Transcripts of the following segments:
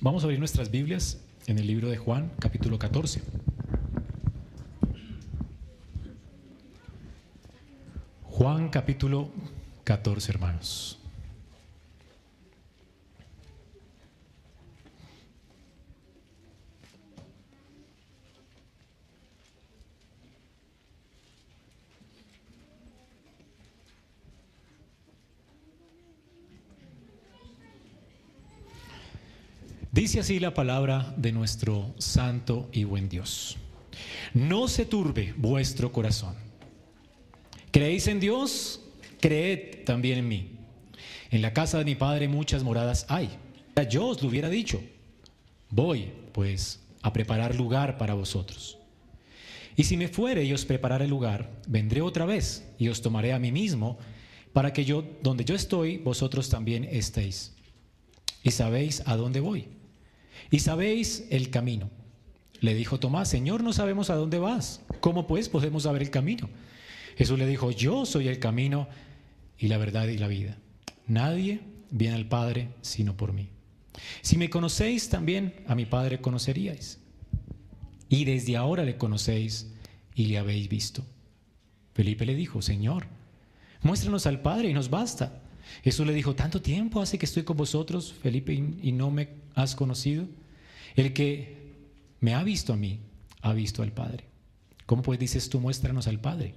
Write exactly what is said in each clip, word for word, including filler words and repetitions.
Vamos a abrir nuestras Biblias en el libro de Juan, capítulo catorce. Juan, capítulo catorce, hermanos. Dice así la palabra de nuestro santo y buen Dios. No se turbe vuestro corazón. ¿Creéis en Dios? Creed también en mí. En la casa de mi Padre muchas moradas hay. Yo os lo hubiera dicho. Voy, pues, a preparar lugar para vosotros. Y si me fuere y os preparare lugar, vendré otra vez y os tomaré a mí mismo, para que yo, donde yo estoy, vosotros también estéis. Y sabéis a dónde voy. Y sabéis el camino. Le dijo Tomás: Señor, no sabemos a dónde vas. ¿Cómo pues podemos saber el camino? Jesús le dijo: yo soy el camino y la verdad y la vida. Nadie viene al Padre sino por mí. Si me conocéis, también a mi Padre conoceríais. Y desde ahora le conocéis y le habéis visto. Felipe le dijo: Señor, muéstranos al Padre y nos basta. Jesús le dijo: ¿tanto tiempo hace que estoy con vosotros, Felipe, y no me has conocido? El que me ha visto a mí, ha visto al Padre. ¿Cómo pues dices tú, muéstranos al Padre?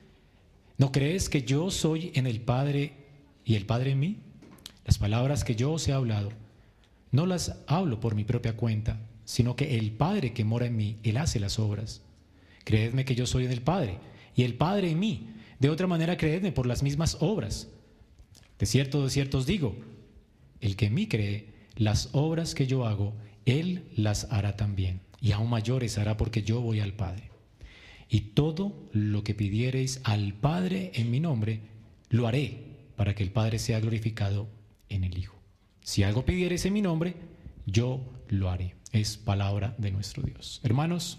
¿No crees que yo soy en el Padre y el Padre en mí? Las palabras que yo os he hablado, no las hablo por mi propia cuenta, sino que el Padre que mora en mí, Él hace las obras. Creedme que yo soy en el Padre y el Padre en mí. De otra manera, creedme por las mismas obras. De cierto, de cierto os digo, el que en mí cree, las obras que yo hago, él las hará también, y aún mayores hará, porque yo voy al Padre. Y todo lo que pidiereis al Padre en mi nombre, lo haré, para que el Padre sea glorificado en el Hijo. Si algo pidiereis en mi nombre, yo lo haré. Es palabra de nuestro Dios. Hermanos,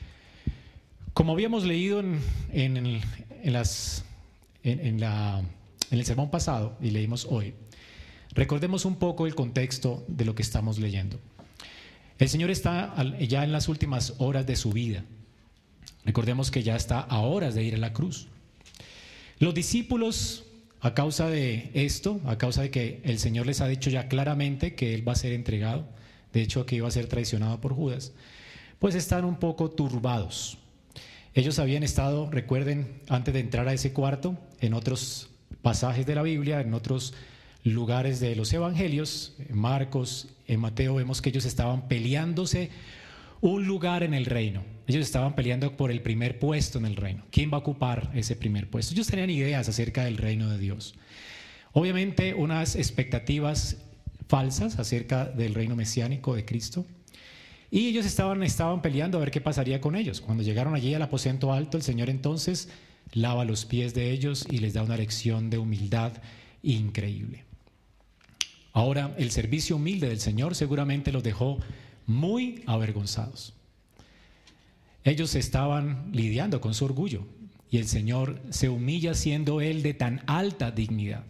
como habíamos leído en, en, el, en, las, en, en la... en el sermón pasado y leímos hoy, recordemos un poco el contexto de lo que estamos leyendo. El Señor está ya en las últimas horas de su vida. Recordemos que ya está a horas de ir a la cruz. Los discípulos, a causa de esto, a causa de que el Señor les ha dicho ya claramente que Él va a ser entregado, de hecho que iba a ser traicionado por Judas, pues están un poco turbados. Ellos habían estado, recuerden, antes de entrar a ese cuarto, en otros pasajes de la Biblia, en otros lugares de los evangelios, en Marcos, en Mateo, vemos que ellos estaban peleándose un lugar en el reino. Ellos estaban peleando por el primer puesto en el reino. ¿Quién va a ocupar ese primer puesto? Ellos tenían ideas acerca del reino de Dios. Obviamente unas expectativas falsas acerca del reino mesiánico de Cristo. Y ellos estaban, estaban peleando a ver qué pasaría con ellos. Cuando llegaron allí al aposento alto, el Señor entonces lava los pies de ellos y les da una lección de humildad increíble. Ahora, el servicio humilde del Señor seguramente los dejó muy avergonzados. Ellos estaban lidiando con su orgullo y el Señor se humilla siendo Él de tan alta dignidad.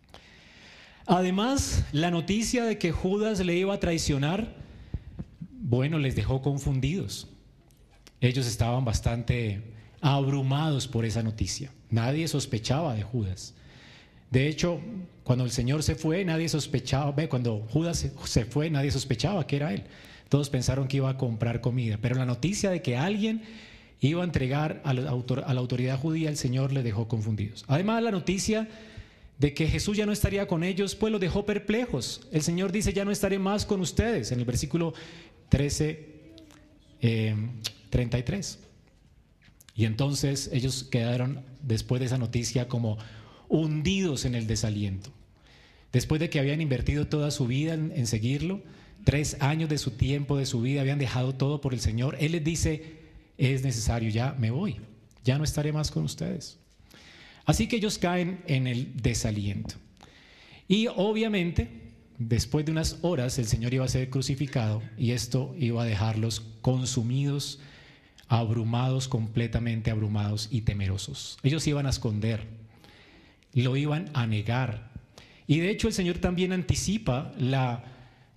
Además, la noticia de que Judas le iba a traicionar, bueno, les dejó confundidos. Ellos estaban bastante abrumados por esa noticia. Nadie sospechaba de Judas. De hecho, cuando el Señor se fue, nadie sospechaba, cuando Judas se fue, nadie sospechaba que era él. Todos pensaron que iba a comprar comida, pero la noticia de que alguien iba a entregar a la, autor, a la autoridad judía, el Señor les dejó confundidos. Además, la noticia de que Jesús ya no estaría con ellos, pues los dejó perplejos. El Señor dice: ya no estaré más con ustedes, en el versículo trece, eh, treinta y tres. Y entonces ellos quedaron, después de esa noticia, como hundidos en el desaliento. Después de que habían invertido toda su vida en, en seguirlo, tres años de su tiempo, de su vida, habían dejado todo por el Señor, Él les dice: es necesario, ya me voy, ya no estaré más con ustedes. Así que ellos caen en el desaliento. Y obviamente, después de unas horas, el Señor iba a ser crucificado y esto iba a dejarlos consumidos, abrumados, completamente abrumados y temerosos. Ellos iban a esconder, lo iban a negar. Y de hecho el Señor también anticipa la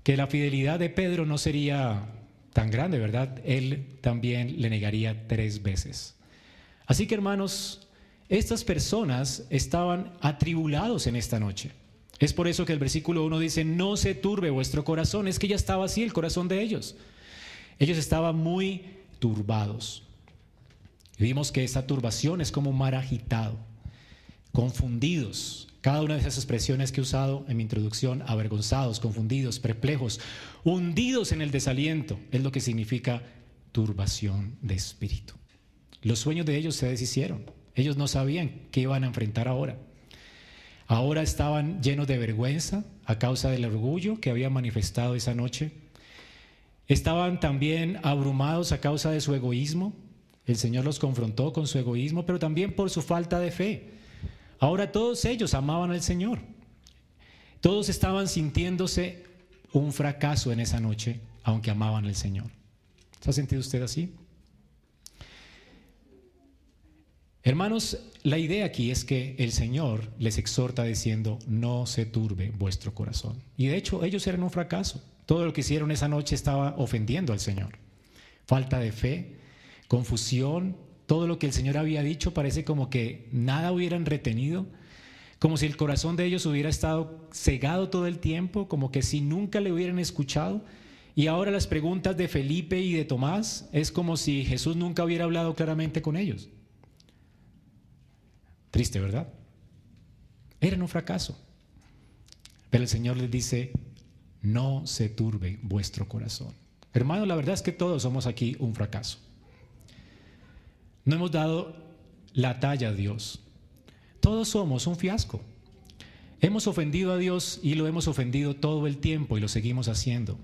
que la fidelidad de Pedro no sería tan grande, ¿verdad? Él también le negaría tres veces. Así que, hermanos, estas personas estaban atribulados en esta noche. Es por eso que el versículo uno dice, no se turbe vuestro corazón. Es que ya estaba así el corazón de ellos. Ellos estaban muy turbados. Y vimos que esta turbación es como un mar agitado, confundidos. Cada una de esas expresiones que he usado en mi introducción, avergonzados, confundidos, perplejos, hundidos en el desaliento, es lo que significa turbación de espíritu. Los sueños de ellos se deshicieron. Ellos no sabían qué iban a enfrentar ahora. Ahora estaban llenos de vergüenza a causa del orgullo que habían manifestado esa noche. Estaban también abrumados a causa de su egoísmo. El Señor los confrontó con su egoísmo, pero también por su falta de fe. Ahora todos ellos amaban al Señor. Todos estaban sintiéndose un fracaso en esa noche, aunque amaban al Señor. ¿Se ha sentido usted así? Hermanos, la idea aquí es que el Señor les exhorta diciendo, no se turbe vuestro corazón. Y de hecho, ellos eran un fracaso. Todo lo que hicieron esa noche estaba ofendiendo al Señor. Falta de fe, confusión. Todo lo que el Señor había dicho parece como que nada hubieran retenido, como si el corazón de ellos hubiera estado cegado todo el tiempo, como que si nunca le hubieran escuchado. Y ahora las preguntas de Felipe y de Tomás es como si Jesús nunca hubiera hablado claramente con ellos. Triste, ¿verdad? Eran un fracaso. Pero el Señor les dice, no se turbe vuestro corazón. Hermanos, la verdad es que todos somos aquí un fracaso. No hemos dado la talla a Dios. Todos somos un fiasco. Hemos ofendido a Dios y lo hemos ofendido todo el tiempo y lo seguimos haciendo.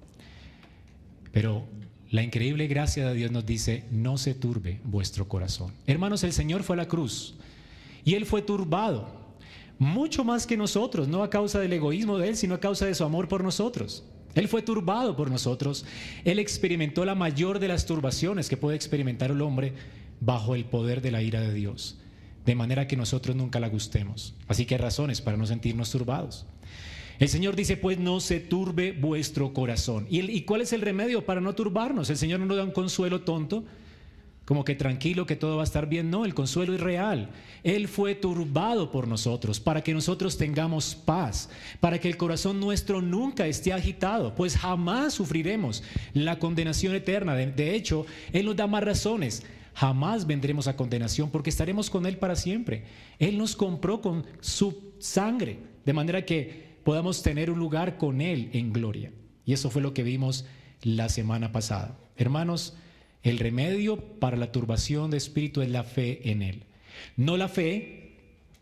Pero la increíble gracia de Dios nos dice, no se turbe vuestro corazón. Hermanos, el Señor fue a la cruz y Él fue turbado, mucho más que nosotros, no a causa del egoísmo de Él, sino a causa de su amor por nosotros. Él fue turbado por nosotros. Él experimentó la mayor de las turbaciones que puede experimentar el hombre bajo el poder de la ira de Dios, de manera que nosotros nunca la gustemos. Así que hay razones para no sentirnos turbados. El Señor dice, pues no se turbe vuestro corazón. ¿Y, el, ¿Y cuál es el remedio para no turbarnos? El Señor no nos da un consuelo tonto, como que tranquilo, que todo va a estar bien. No, el consuelo es real. Él fue turbado por nosotros, para que nosotros tengamos paz, para que el corazón nuestro nunca esté agitado, pues jamás sufriremos la condenación eterna. De, de hecho, Él nos da más razones. Jamás vendremos a condenación porque estaremos con Él para siempre. Él nos compró con su sangre, de manera que podamos tener un lugar con Él en gloria. Y eso fue lo que vimos la semana pasada. Hermanos, el remedio para la turbación de espíritu es la fe en Él. No la fe,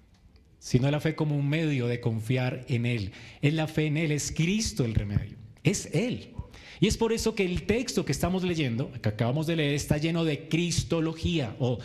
sino la fe como un medio de confiar en Él. Es la fe en Él, es Cristo el remedio, es Él. Y es por eso que el texto que estamos leyendo, que acabamos de leer, está lleno de cristología o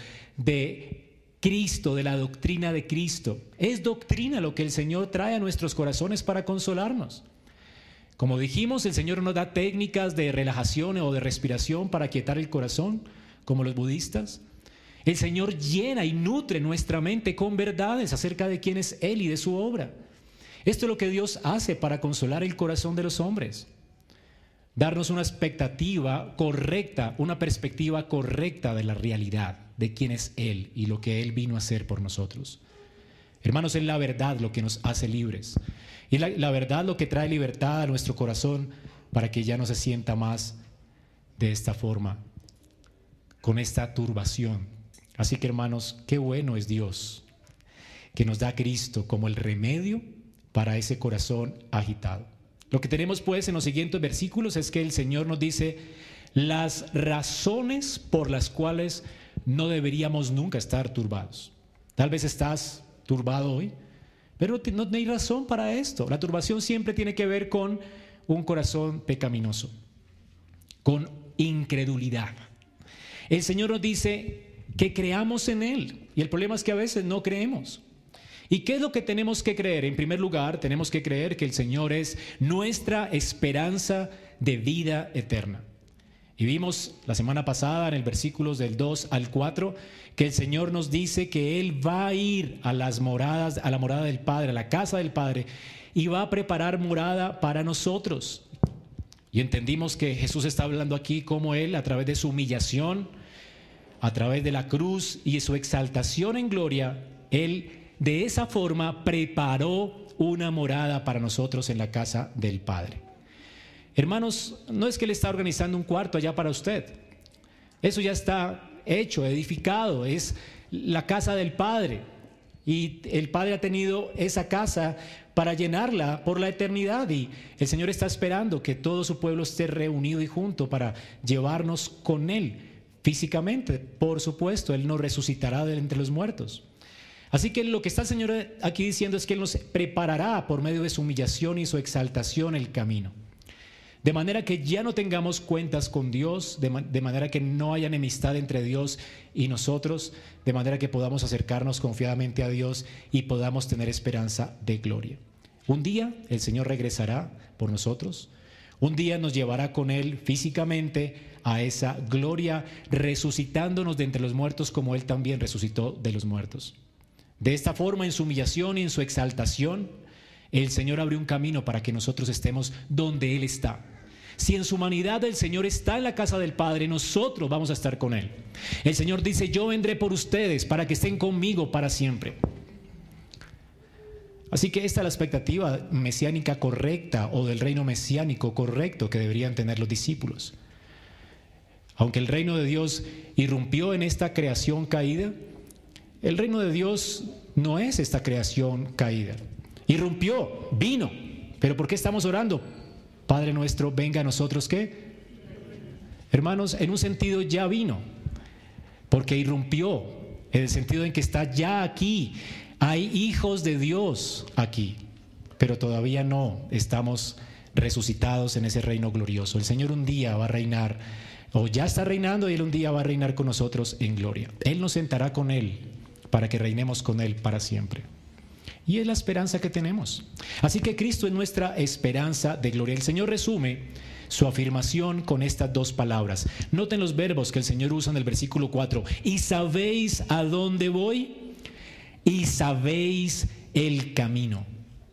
de Cristo, de la doctrina de Cristo. Es doctrina lo que el Señor trae a nuestros corazones para consolarnos. Como dijimos, el Señor nos da técnicas de relajación o de respiración para aquietar el corazón, como los budistas. El Señor llena y nutre nuestra mente con verdades acerca de quién es Él y de su obra. Esto es lo que Dios hace para consolar el corazón de los hombres. Darnos una expectativa correcta, una perspectiva correcta de la realidad, de quién es Él y lo que Él vino a hacer por nosotros. Hermanos, es la verdad lo que nos hace libres. Y la, la verdad lo que trae libertad a nuestro corazón para que ya no se sienta más de esta forma, con esta turbación. Así que, hermanos, qué bueno es Dios, que nos da a Cristo como el remedio para ese corazón agitado. Lo que tenemos pues en los siguientes versículos es que el Señor nos dice las razones por las cuales no deberíamos nunca estar turbados. Tal vez estás turbado hoy, pero no hay razón para esto. La turbación siempre tiene que ver con un corazón pecaminoso, con incredulidad. El Señor nos dice que creamos en Él, y el problema es que a veces no creemos. ¿Y qué es lo que tenemos que creer? En primer lugar, tenemos que creer que el Señor es nuestra esperanza de vida eterna. Y vimos la semana pasada en el versículos del dos al cuatro que el Señor nos dice que Él va a ir a las moradas, a la morada del Padre, a la casa del Padre, y va a preparar morada para nosotros. Y entendimos que Jesús está hablando aquí como Él, a través de su humillación, a través de la cruz y su exaltación en gloria, Él de esa forma preparó una morada para nosotros en la casa del Padre. Hermanos, no es que Él está organizando un cuarto allá para usted. Eso ya está hecho, edificado, es la casa del Padre. Y el Padre ha tenido esa casa para llenarla por la eternidad. Y el Señor está esperando que todo su pueblo esté reunido y junto para llevarnos con Él físicamente. Por supuesto, Él nos resucitará de entre los muertos. Así que lo que está el Señor aquí diciendo es que Él nos preparará por medio de su humillación y su exaltación el camino. De manera que ya no tengamos cuentas con Dios, de, man- de manera que no haya enemistad entre Dios y nosotros, de manera que podamos acercarnos confiadamente a Dios y podamos tener esperanza de gloria. Un día el Señor regresará por nosotros, un día nos llevará con Él físicamente a esa gloria, resucitándonos de entre los muertos como Él también resucitó de los muertos. De esta forma, en su humillación y en su exaltación, el Señor abrió un camino para que nosotros estemos donde Él está. Si en su humanidad el Señor está en la casa del Padre, nosotros vamos a estar con Él. El Señor dice: yo vendré por ustedes para que estén conmigo para siempre. Así que esta es la expectativa mesiánica correcta, o del reino mesiánico correcto que deberían tener los discípulos. Aunque el reino de Dios irrumpió en esta creación caída, el reino de Dios no es esta creación caída. Irrumpió, vino. ¿Pero por qué estamos orando? Padre nuestro, venga a nosotros, ¿qué? Hermanos, en un sentido ya vino, porque irrumpió, en el sentido en que está ya aquí. Hay hijos de Dios aquí, pero todavía no estamos resucitados en ese reino glorioso. El Señor un día va a reinar, o ya está reinando, y Él un día va a reinar con nosotros en gloria. Él nos sentará con Él para que reinemos con Él para siempre. Y es la esperanza que tenemos. Así que Cristo es nuestra esperanza de gloria. El Señor resume su afirmación con estas dos palabras. Noten los verbos que el Señor usa en el versículo cuatro. ¿Y sabéis a dónde voy? Y sabéis el camino.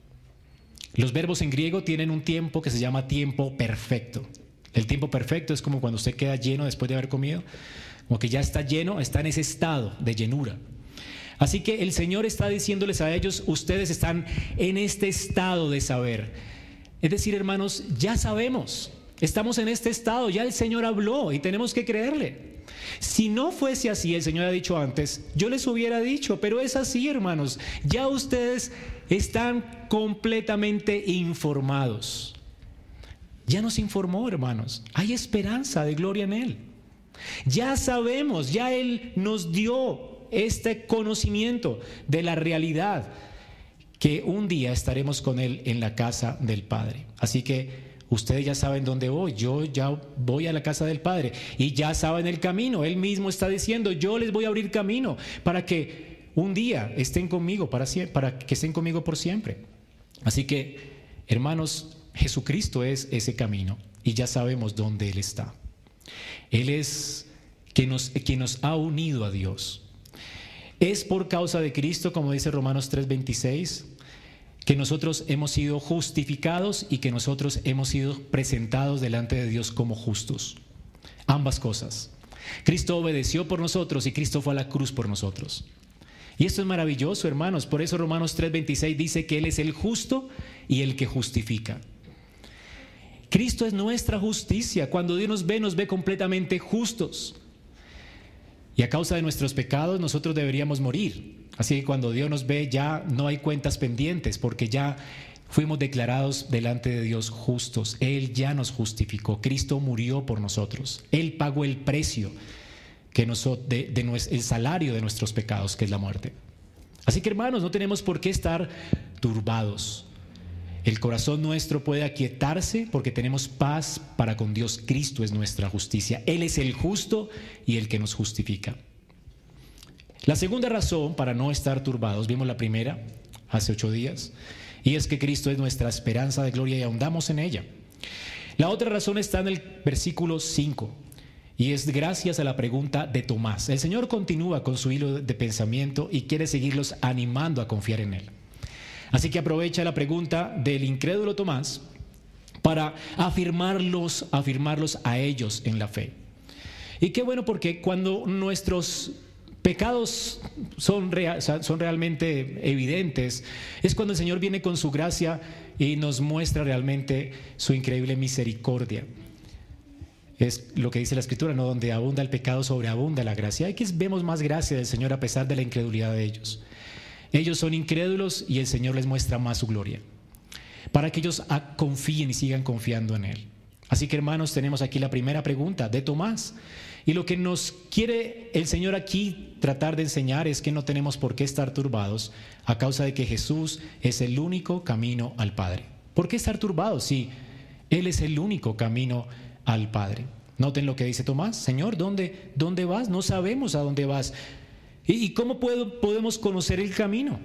Los verbos en griego tienen un tiempo que se llama tiempo perfecto. El tiempo perfecto es como cuando usted queda lleno después de haber comido, como que ya está lleno, está en ese estado de llenura. Así que el Señor está diciéndoles a ellos: ustedes están en este estado de saber. Es decir, hermanos, ya sabemos, estamos en este estado, ya el Señor habló y tenemos que creerle. Si no fuese así, el Señor ha dicho antes, yo les hubiera dicho, pero es así, hermanos, ya ustedes están completamente informados. Ya nos informó, hermanos, hay esperanza de gloria en Él. Ya sabemos, ya Él nos dio este conocimiento de la realidad, que un día estaremos con Él en la casa del Padre. Así que ustedes ya saben dónde voy, yo ya voy a la casa del Padre y ya saben el camino. Él mismo está diciendo: yo les voy a abrir camino para que un día estén conmigo para siempre, para que estén conmigo por siempre. Así que, hermanos, Jesucristo es ese camino y ya sabemos dónde Él está. Él es quien nos, quien nos ha unido a Dios. Es por causa de Cristo, como dice Romanos tres veintiséis, que nosotros hemos sido justificados y que nosotros hemos sido presentados delante de Dios como justos. Ambas cosas. Cristo obedeció por nosotros y Cristo fue a la cruz por nosotros. Y esto es maravilloso, hermanos. Por eso Romanos tres veintiséis dice que Él es el justo y el que justifica. Cristo es nuestra justicia. Cuando Dios nos ve, nos ve completamente justos. Y a causa de nuestros pecados nosotros deberíamos morir. Así que cuando Dios nos ve, ya no hay cuentas pendientes, porque ya fuimos declarados delante de Dios justos. Él ya nos justificó. Cristo murió por nosotros. Él pagó el precio, que nos, de, de nues, el salario de nuestros pecados, que es la muerte. Así que, hermanos, no tenemos por qué estar turbados. El corazón nuestro puede aquietarse porque tenemos paz para con Dios. Cristo es nuestra justicia. Él es el justo y el que nos justifica. La segunda razón para no estar turbados, vimos la primera hace ocho días, y es que Cristo es nuestra esperanza de gloria y ahondamos en ella. La otra razón está en el versículo cinco, y es gracias a la pregunta de Tomás. El Señor continúa con su hilo de pensamiento y quiere seguirlos animando a confiar en Él. Así que aprovecha la pregunta del incrédulo Tomás para afirmarlos, afirmarlos a ellos en la fe. Y qué bueno, porque cuando nuestros pecados son, real, son realmente evidentes, es cuando el Señor viene con su gracia y nos muestra realmente su increíble misericordia. Es lo que dice la Escritura, ¿no? Donde abunda el pecado, sobreabunda la gracia. Aquí vemos más gracia del Señor a pesar de la incredulidad de ellos. Ellos son incrédulos y el Señor les muestra más su gloria, para que ellos confíen y sigan confiando en Él. Así que, hermanos, tenemos aquí la primera pregunta de Tomás. Y lo que nos quiere el Señor aquí tratar de enseñar es que no tenemos por qué estar turbados a causa de que Jesús es el único camino al Padre. ¿Por qué estar turbados si Él es el único camino al Padre? Noten lo que dice Tomás. Señor, ¿dónde, dónde vas? No sabemos a dónde vas. ¿Y, y cómo puedo, podemos conocer el camino?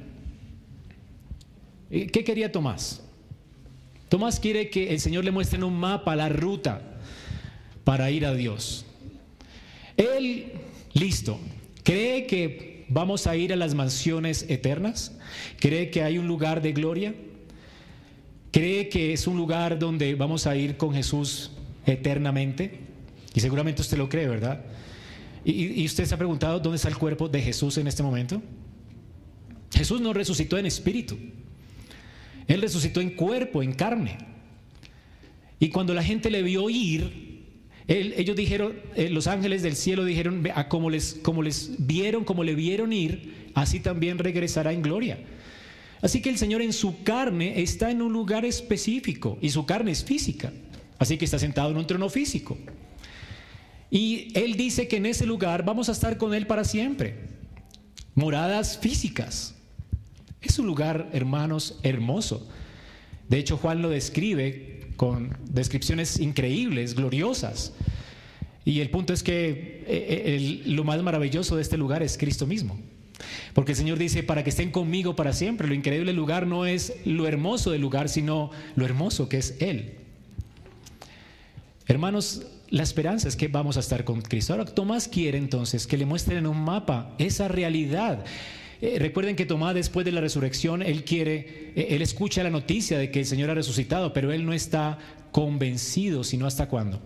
¿Qué quería Tomás? Tomás quiere que el Señor le muestre en un mapa la ruta para ir a Dios. Él, listo, cree que vamos a ir a las mansiones eternas, cree que hay un lugar de gloria, cree que es un lugar donde vamos a ir con Jesús eternamente, y seguramente usted lo cree, ¿verdad? Y, y usted se ha preguntado dónde está el cuerpo de Jesús en este momento. Jesús no resucitó en espíritu, Él resucitó en cuerpo, en carne. Y cuando la gente le vio ir, Él, ellos dijeron, eh, los ángeles del cielo dijeron, a como les, como les vieron, como le vieron ir, así también regresará en gloria. Así que el Señor en su carne está en un lugar específico, y su carne es física, así que está sentado en un trono físico. Y Él dice que en ese lugar vamos a estar con Él para siempre. Moradas físicas. Es un lugar, hermanos, hermoso. De hecho, Juan lo describe con descripciones increíbles, gloriosas. Y el punto es que el, lo más maravilloso de este lugar es Cristo mismo. Porque el Señor dice, para que estén conmigo para siempre. Lo increíble del lugar no es lo hermoso del lugar, sino lo hermoso que es Él. Hermanos, la esperanza es que vamos a estar con Cristo. Ahora, Tomás quiere entonces que le muestren en un mapa esa realidad. Eh, recuerden que Tomás, después de la resurrección, él quiere, eh, él escucha la noticia de que el Señor ha resucitado, pero él no está convencido, sino hasta cuándo.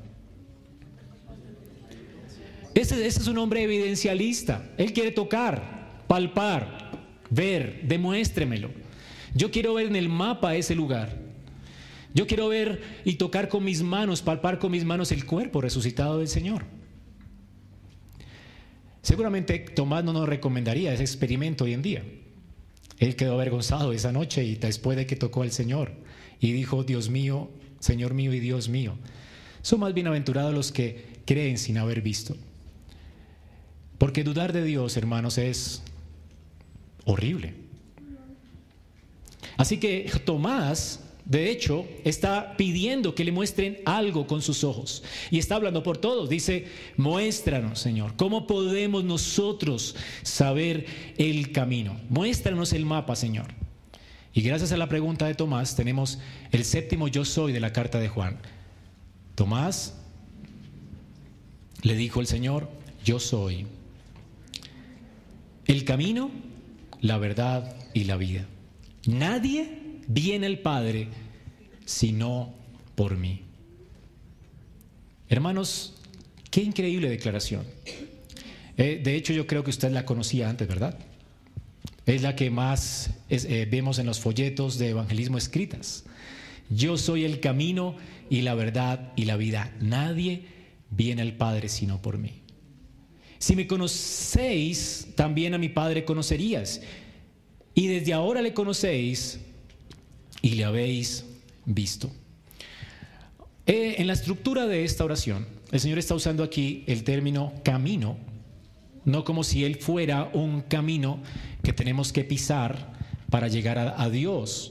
Ese, ese es un hombre evidencialista. Él quiere tocar, palpar, ver, demuéstremelo. Yo quiero ver en el mapa ese lugar. Yo quiero ver y tocar con mis manos, palpar con mis manos el cuerpo resucitado del Señor. Seguramente Tomás no nos recomendaría ese experimento hoy en día. Él quedó avergonzado esa noche y después de que tocó al Señor y dijo, Dios mío, Señor mío y Dios mío. Son más bienaventurados los que creen sin haber visto. Porque dudar de Dios, hermanos, es horrible. Así que Tomás, de hecho, está pidiendo que le muestren algo con sus ojos. Y está hablando por todos. Dice, muéstranos, Señor. ¿Cómo podemos nosotros saber el camino? Muéstranos el mapa, Señor. Y gracias a la pregunta de Tomás, tenemos el séptimo yo soy de la carta de Juan. Tomás, le dijo el Señor, yo soy el camino, la verdad y la vida. Nadie viene al Padre sino por mí. Hermanos, qué increíble declaración. Eh, de hecho, yo creo que usted la conocía antes, ¿verdad? Es la que más es, eh, vemos en los folletos de evangelismo escritas. Yo soy el camino y la verdad y la vida. Nadie viene al Padre sino por mí. Si me conocéis, también a mi Padre conocerías. Y desde ahora le conocéis y le habéis visto. Eh, en la estructura de esta oración, el Señor está usando aquí el término camino, no como si Él fuera un camino que tenemos que pisar para llegar a, a Dios.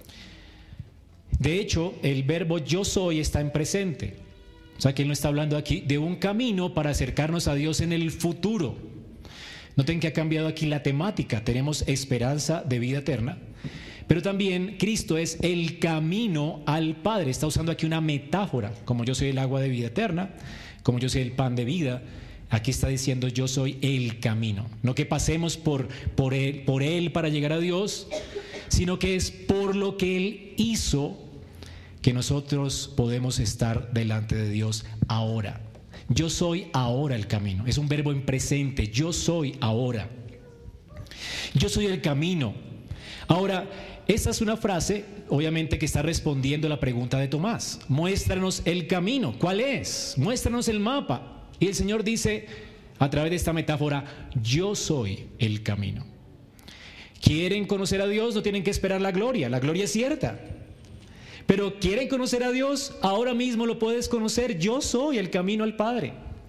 De hecho, el verbo yo soy está en presente. O sea que Él no está hablando aquí de un camino para acercarnos a Dios en el futuro. Noten que ha cambiado aquí la temática. Tenemos esperanza de vida eterna, pero también Cristo es el camino al Padre. Está usando aquí una metáfora, como yo soy el agua de vida eterna, como yo soy el pan de vida. Aquí está diciendo yo soy el camino. No que pasemos por, por, él, por él para llegar a Dios, sino que es por lo que Él hizo que nosotros podemos estar delante de Dios ahora. Yo soy ahora el camino. Es un verbo en presente. Yo soy ahora. Yo soy el camino. Ahora, esta es una frase, obviamente, que está respondiendo a la pregunta de Tomás. Muéstranos el camino. ¿Cuál es? Muéstranos el mapa. Y el Señor dice, a través de esta metáfora, yo soy el camino. ¿Quieren conocer a Dios? No tienen que esperar la gloria. La gloria es cierta. Pero ¿quieren conocer a Dios? Ahora mismo lo puedes conocer. Yo soy el camino al Padre.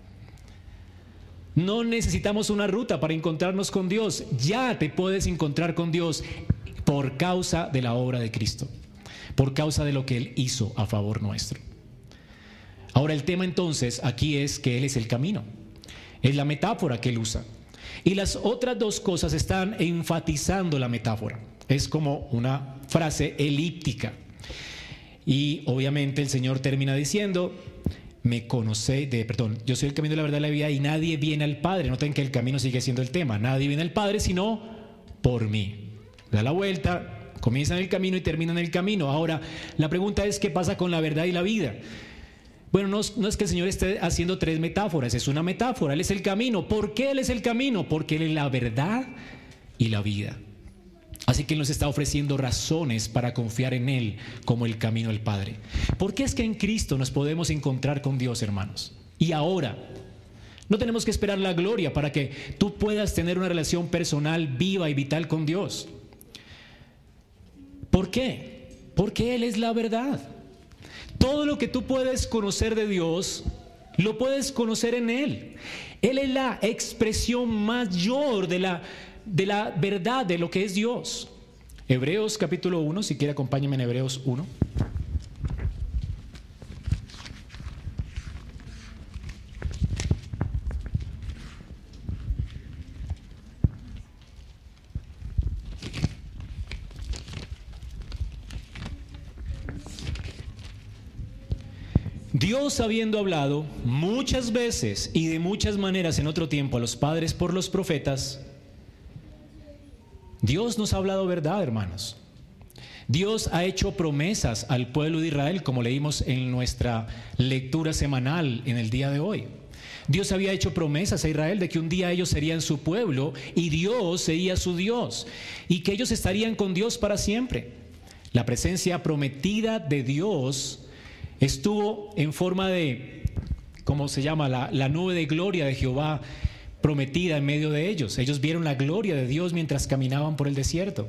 No necesitamos una ruta para encontrarnos con Dios. Ya te puedes encontrar con Dios por causa de la obra de Cristo, por causa de lo que Él hizo a favor nuestro. Ahora el tema entonces aquí es que Él es el camino. Es la metáfora que Él usa. Y las otras dos cosas están enfatizando la metáfora. Es como una frase elíptica. Y obviamente el Señor termina diciendo, me conocéis, de, perdón, yo soy el camino de la verdad y la vida y nadie viene al Padre. Noten que el camino sigue siendo el tema. Nadie viene al Padre sino por mí. Da la vuelta, comienza en el camino y termina en el camino. Ahora, la pregunta es, ¿qué pasa con la verdad y la vida? Bueno, no, no es que el Señor esté haciendo tres metáforas, es una metáfora. Él es el camino. ¿Por qué Él es el camino? Porque Él es la verdad y la vida. Así que Él nos está ofreciendo razones para confiar en Él como el camino al Padre. ¿Por qué es que en Cristo nos podemos encontrar con Dios, hermanos? Y ahora, no tenemos que esperar la gloria para que tú puedas tener una relación personal viva y vital con Dios. ¿Por qué? Porque Él es la verdad. Todo lo que tú puedes conocer de Dios, lo puedes conocer en Él. Él es la expresión mayor de la, de la verdad de lo que es Dios. Hebreos capítulo uno, si quiere acompáñenme en Hebreos uno. Dios, habiendo hablado muchas veces y de muchas maneras en otro tiempo a los padres por los profetas, Dios nos ha hablado verdad, hermanos. Dios ha hecho promesas al pueblo de Israel, como leímos en nuestra lectura semanal en el día de hoy. Dios había hecho promesas a Israel de que un día ellos serían su pueblo y Dios sería su Dios y que ellos estarían con Dios para siempre. La presencia prometida de Dios estuvo en forma de, ¿cómo se llama? La, la nube de gloria de Jehová prometida en medio de ellos. Ellos vieron la gloria de Dios mientras caminaban por el desierto,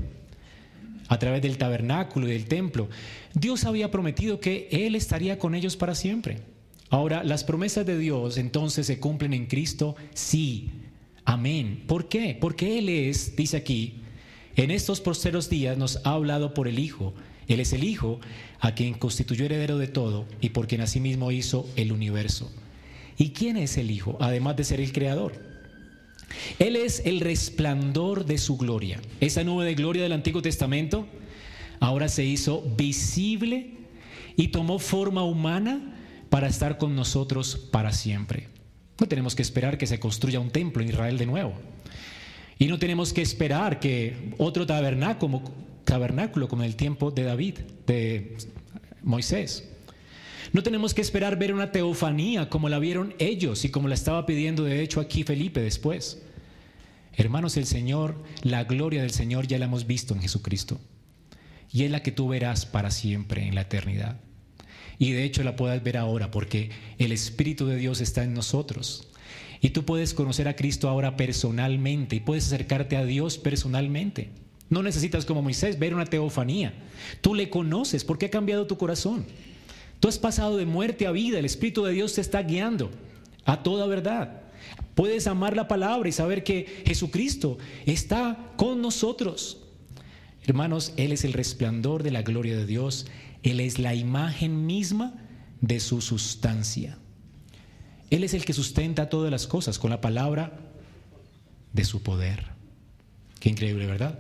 a través del tabernáculo y del templo. Dios había prometido que Él estaría con ellos para siempre. Ahora, las promesas de Dios entonces se cumplen en Cristo, sí, amén. ¿Por qué? Porque Él es, dice aquí, en estos postreros días nos ha hablado por el Hijo. Él es el Hijo a quien constituyó heredero de todo y por quien asimismo hizo el universo. ¿Y quién es el Hijo? Además de ser el Creador. Él es el resplandor de su gloria. Esa nube de gloria del Antiguo Testamento ahora se hizo visible y tomó forma humana para estar con nosotros para siempre. No tenemos que esperar que se construya un templo en Israel de nuevo. Y no tenemos que esperar que otro tabernáculo, tabernáculo como en el tiempo de David, de Moisés. No tenemos que esperar ver una teofanía como la vieron ellos y como la estaba pidiendo de hecho aquí Felipe después. Hermanos, el Señor, la gloria del Señor ya la hemos visto en Jesucristo. Y es la que tú verás para siempre en la eternidad. Y de hecho la puedes ver ahora porque el Espíritu de Dios está en nosotros. Y tú puedes conocer a Cristo ahora personalmente y puedes acercarte a Dios personalmente. No necesitas, como Moisés, ver una teofanía. Tú le conoces porque ha cambiado tu corazón. Tú has pasado de muerte a vida. El Espíritu de Dios te está guiando a toda verdad. Puedes amar la palabra y saber que Jesucristo está con nosotros. Hermanos, Él es el resplandor de la gloria de Dios. Él es la imagen misma de su sustancia. Él es el que sustenta todas las cosas con la palabra de su poder. Qué increíble, ¿verdad?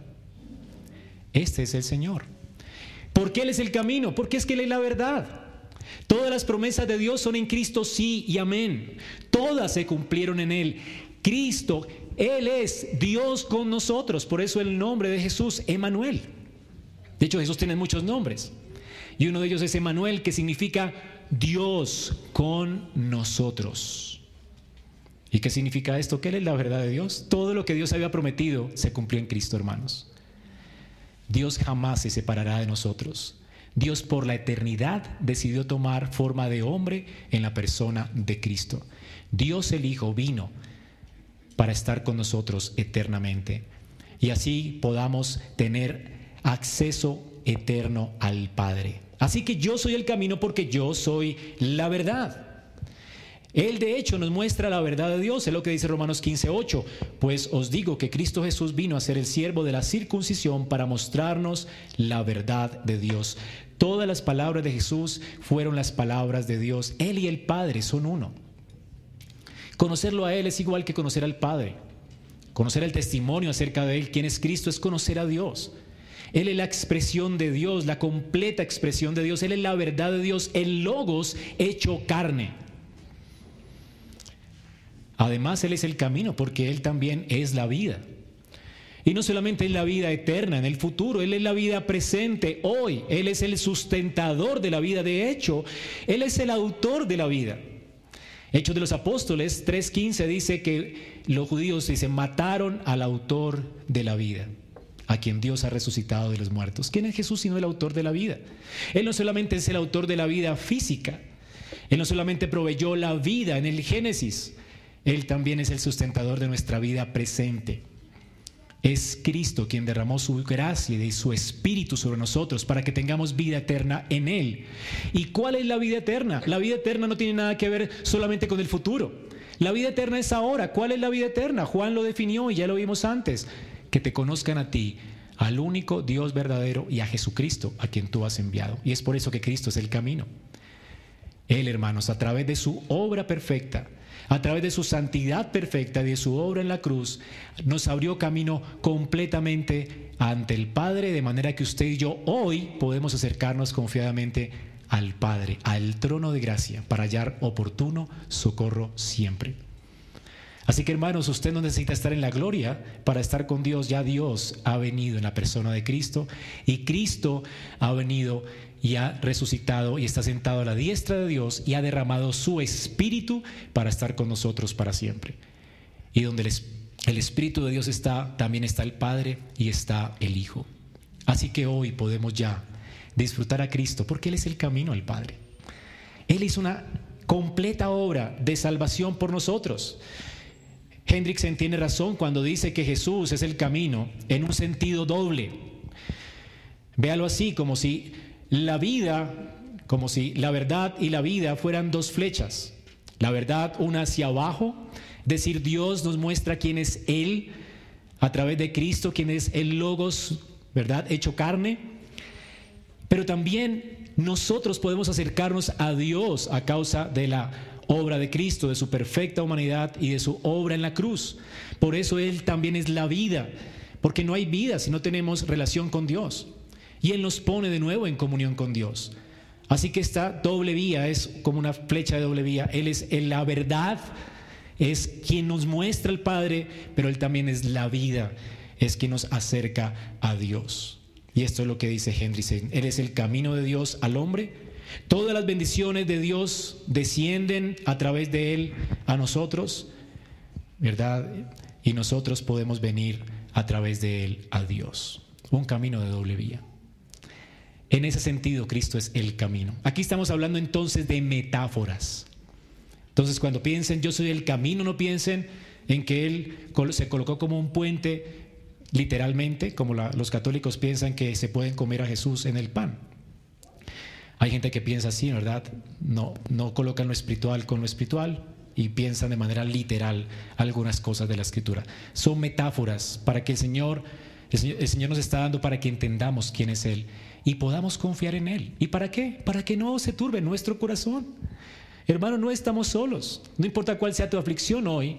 Este es el Señor. ¿Por qué Él es el camino? Porque es que Él es la verdad. Todas las promesas de Dios son en Cristo sí y amén. Todas se cumplieron en Él. Cristo, Él es Dios con nosotros. Por eso el nombre de Jesús, Emmanuel. De hecho, Jesús tiene muchos nombres. y uno de ellos es Emmanuel, que significa Dios con nosotros. ¿Y qué significa esto? Que Él es la verdad de Dios. Todo lo que Dios había prometido se cumplió en Cristo, hermanos. Dios jamás se separará de nosotros. Dios por la eternidad decidió tomar forma de hombre en la persona de Cristo. Dios el Hijo vino para estar con nosotros eternamente y así podamos tener acceso eterno al Padre. Así que yo soy el camino porque yo soy la verdad. Él de hecho nos muestra la verdad de Dios, es lo que dice Romanos quince ocho. Pues os digo que Cristo Jesús vino a ser el siervo de la circuncisión para mostrarnos la verdad de Dios. Todas las palabras de Jesús fueron las palabras de Dios. Él y el Padre son uno. Conocerlo a Él es igual que conocer al Padre. Conocer el testimonio acerca de Él, quién es Cristo, es conocer a Dios. Él es la expresión de Dios, la completa expresión de Dios. Él es la verdad de Dios, el Logos hecho carne. Además, Él es el camino porque Él también es la vida. Y no solamente es la vida eterna en el futuro, Él es la vida presente hoy. Él es el sustentador de la vida. De hecho, Él es el autor de la vida. Hechos de los Apóstoles tres quince dice que los judíos dicen, mataron al autor de la vida, a quien Dios ha resucitado de los muertos. ¿Quién es Jesús sino el autor de la vida? Él no solamente es el autor de la vida física, Él no solamente proveyó la vida en el Génesis, Él también es el sustentador de nuestra vida presente. Es Cristo quien derramó su gracia y su Espíritu sobre nosotros para que tengamos vida eterna en Él. ¿Y cuál es la vida eterna? La vida eterna no tiene nada que ver solamente con el futuro. La vida eterna es ahora. ¿Cuál es la vida eterna? Juan lo definió y ya lo vimos antes. Que te conozcan a ti, al único Dios verdadero, y a Jesucristo, a quien tú has enviado. Y es por eso que Cristo es el camino. Él, hermanos, a través de su obra perfecta, a través de su santidad perfecta y de su obra en la cruz, nos abrió camino completamente ante el Padre, de manera que usted y yo hoy podemos acercarnos confiadamente al Padre, al trono de gracia, para hallar oportuno socorro siempre. Así que, hermanos, usted no necesita estar en la gloria para estar con Dios. Ya Dios ha venido en la persona de Cristo, y Cristo ha venido y ha resucitado y está sentado a la diestra de Dios y ha derramado su Espíritu para estar con nosotros para siempre. Y donde el, el Espíritu de Dios está, también está el Padre y está el Hijo. Así que hoy podemos ya disfrutar a Cristo porque Él es el camino al Padre. Él hizo una completa obra de salvación por nosotros. Hendrickson tiene razón cuando dice que Jesús es el camino en un sentido doble. Véalo así, como si la vida, como si la verdad y la vida fueran dos flechas. La verdad, una hacia abajo, es decir, Dios nos muestra quién es Él a través de Cristo, quién es el Logos, ¿verdad?, hecho carne. Pero también nosotros podemos acercarnos a Dios a causa de la obra de Cristo, de su perfecta humanidad y de su obra en la cruz. Por eso Él también es la vida, porque no hay vida si no tenemos relación con Dios. Y Él nos pone de nuevo en comunión con Dios. Así que esta doble vía es como una flecha de doble vía. Él es la verdad, es quien nos muestra al Padre, pero Él también es la vida, es quien nos acerca a Dios. Y esto es lo que dice Hendrickson. Él es el camino de Dios al hombre. Todas las bendiciones de Dios descienden a través de Él a nosotros, ¿verdad? Y nosotros podemos venir a través de Él a Dios. Un camino de doble vía. En ese sentido, Cristo es el camino. Aquí estamos hablando entonces de metáforas. Entonces, cuando piensen yo soy el camino, no piensen en que Él se colocó como un puente, literalmente, como la, los católicos piensan que se pueden comer a Jesús en el pan. Hay gente que piensa así, ¿verdad? No, no colocan lo espiritual con lo espiritual y piensan de manera literal algunas cosas de la Escritura. Son metáforas para que el Señor, el Señor, el Señor nos está dando para que entendamos quién es Él y podamos confiar en Él. ¿Y para qué? Para que no se turbe nuestro corazón. Hermano, no estamos solos. No importa cuál sea tu aflicción hoy,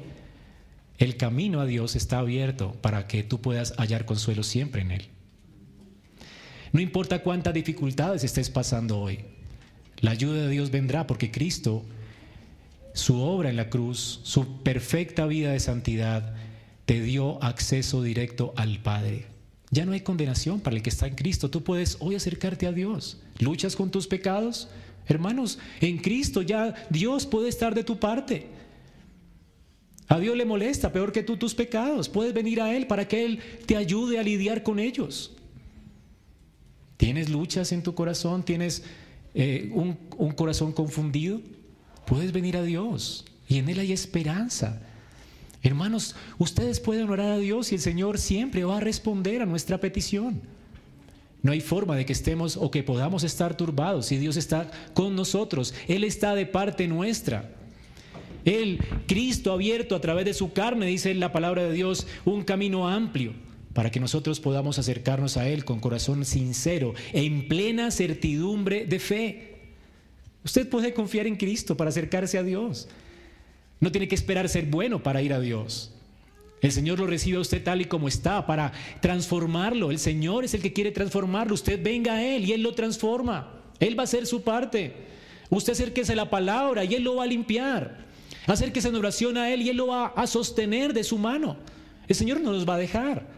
el camino a Dios está abierto para que tú puedas hallar consuelo siempre en Él. No importa cuántas dificultades estés pasando hoy, la ayuda de Dios vendrá porque Cristo, su obra en la cruz, su perfecta vida de santidad, te dio acceso directo al Padre. Ya no hay condenación para el que está en Cristo. Tú puedes hoy acercarte a Dios. ¿Luchas con tus pecados? Hermanos, en Cristo ya Dios puede estar de tu parte. A Dios le molesta peor que tú tus pecados. Puedes venir a Él para que Él te ayude a lidiar con ellos. ¿Tienes luchas en tu corazón? ¿Tienes eh, un, un corazón confundido? Puedes venir a Dios y en Él hay esperanza. Hermanos, ustedes pueden orar a Dios y el Señor siempre va a responder a nuestra petición. No hay forma de que estemos o que podamos estar turbados si Dios está con nosotros. Él está de parte nuestra. Él, Cristo, ha abierto a través de su carne, dice la palabra de Dios, un camino amplio para que nosotros podamos acercarnos a Él con corazón sincero, en plena certidumbre de fe. Usted puede confiar en Cristo para acercarse a Dios. No tiene que esperar ser bueno para ir a Dios. El Señor lo recibe a usted tal y como está para transformarlo. El Señor es el que quiere transformarlo. Usted venga a Él y Él lo transforma. Él va a hacer su parte. Usted acérquese a la palabra y Él lo va a limpiar. Acérquese en oración a Él y Él lo va a sostener de su mano. El Señor no nos va a dejar.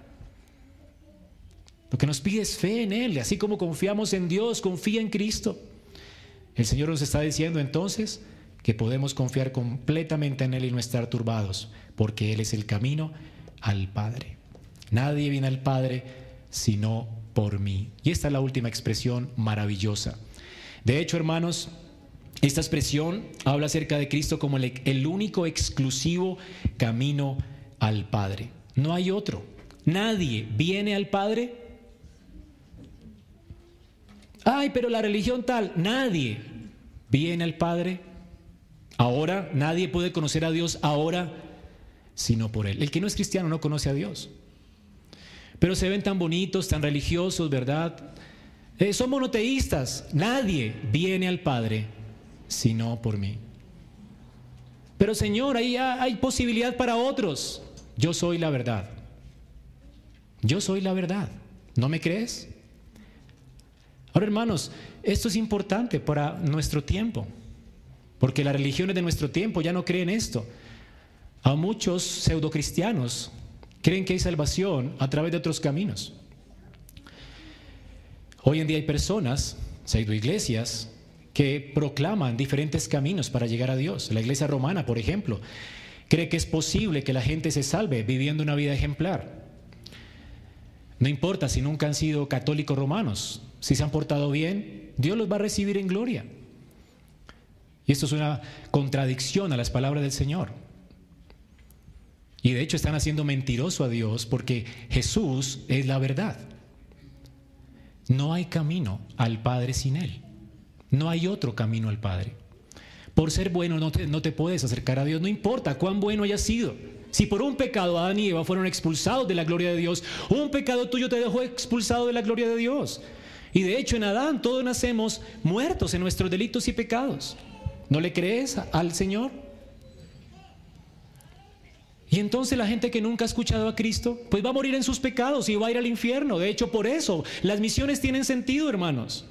Lo que nos pide es fe en Él. Así como confiamos en Dios, confía en Cristo. El Señor nos está diciendo entonces que podemos confiar completamente en Él y no estar turbados, porque Él es el camino al Padre. Nadie viene al Padre sino por mí. Y esta es la última expresión maravillosa. De hecho, hermanos, esta expresión habla acerca de Cristo como el, el único exclusivo camino al Padre. No hay otro. Nadie viene al Padre. Ay, pero la religión tal. Nadie viene al Padre. Ahora, nadie puede conocer a Dios ahora, sino por Él. El que no es cristiano no conoce a Dios. Pero se ven tan bonitos, tan religiosos, ¿verdad? Eh, son monoteístas. Nadie viene al Padre, sino por mí. Pero Señor, ahí hay posibilidad para otros. Yo soy la verdad. Yo soy la verdad. ¿No me crees? Ahora, hermanos, esto es importante para nuestro tiempo. Porque las religiones de nuestro tiempo ya no creen esto. A muchos pseudocristianos creen que hay salvación a través de otros caminos. Hoy en día hay personas, pseudoiglesias, que proclaman diferentes caminos para llegar a Dios. La iglesia romana, por ejemplo, cree que es posible que la gente se salve viviendo una vida ejemplar. No importa si nunca han sido católicos romanos, si se han portado bien, Dios los va a recibir en gloria. Y esto es una contradicción a las palabras del Señor. Y de hecho están haciendo mentiroso a Dios porque Jesús es la verdad. No hay camino al Padre sin Él. No hay otro camino al Padre. Por ser bueno no te, no te puedes acercar a Dios, no importa cuán bueno hayas sido. Si por un pecado Adán y Eva fueron expulsados de la gloria de Dios, un pecado tuyo te dejó expulsado de la gloria de Dios. Y de hecho en Adán todos nacemos muertos en nuestros delitos y pecados. ¿No le crees al Señor? Y entonces la gente que nunca ha escuchado a Cristo, pues va a morir en sus pecados y va a ir al infierno. De hecho, por eso las misiones tienen sentido, hermanos.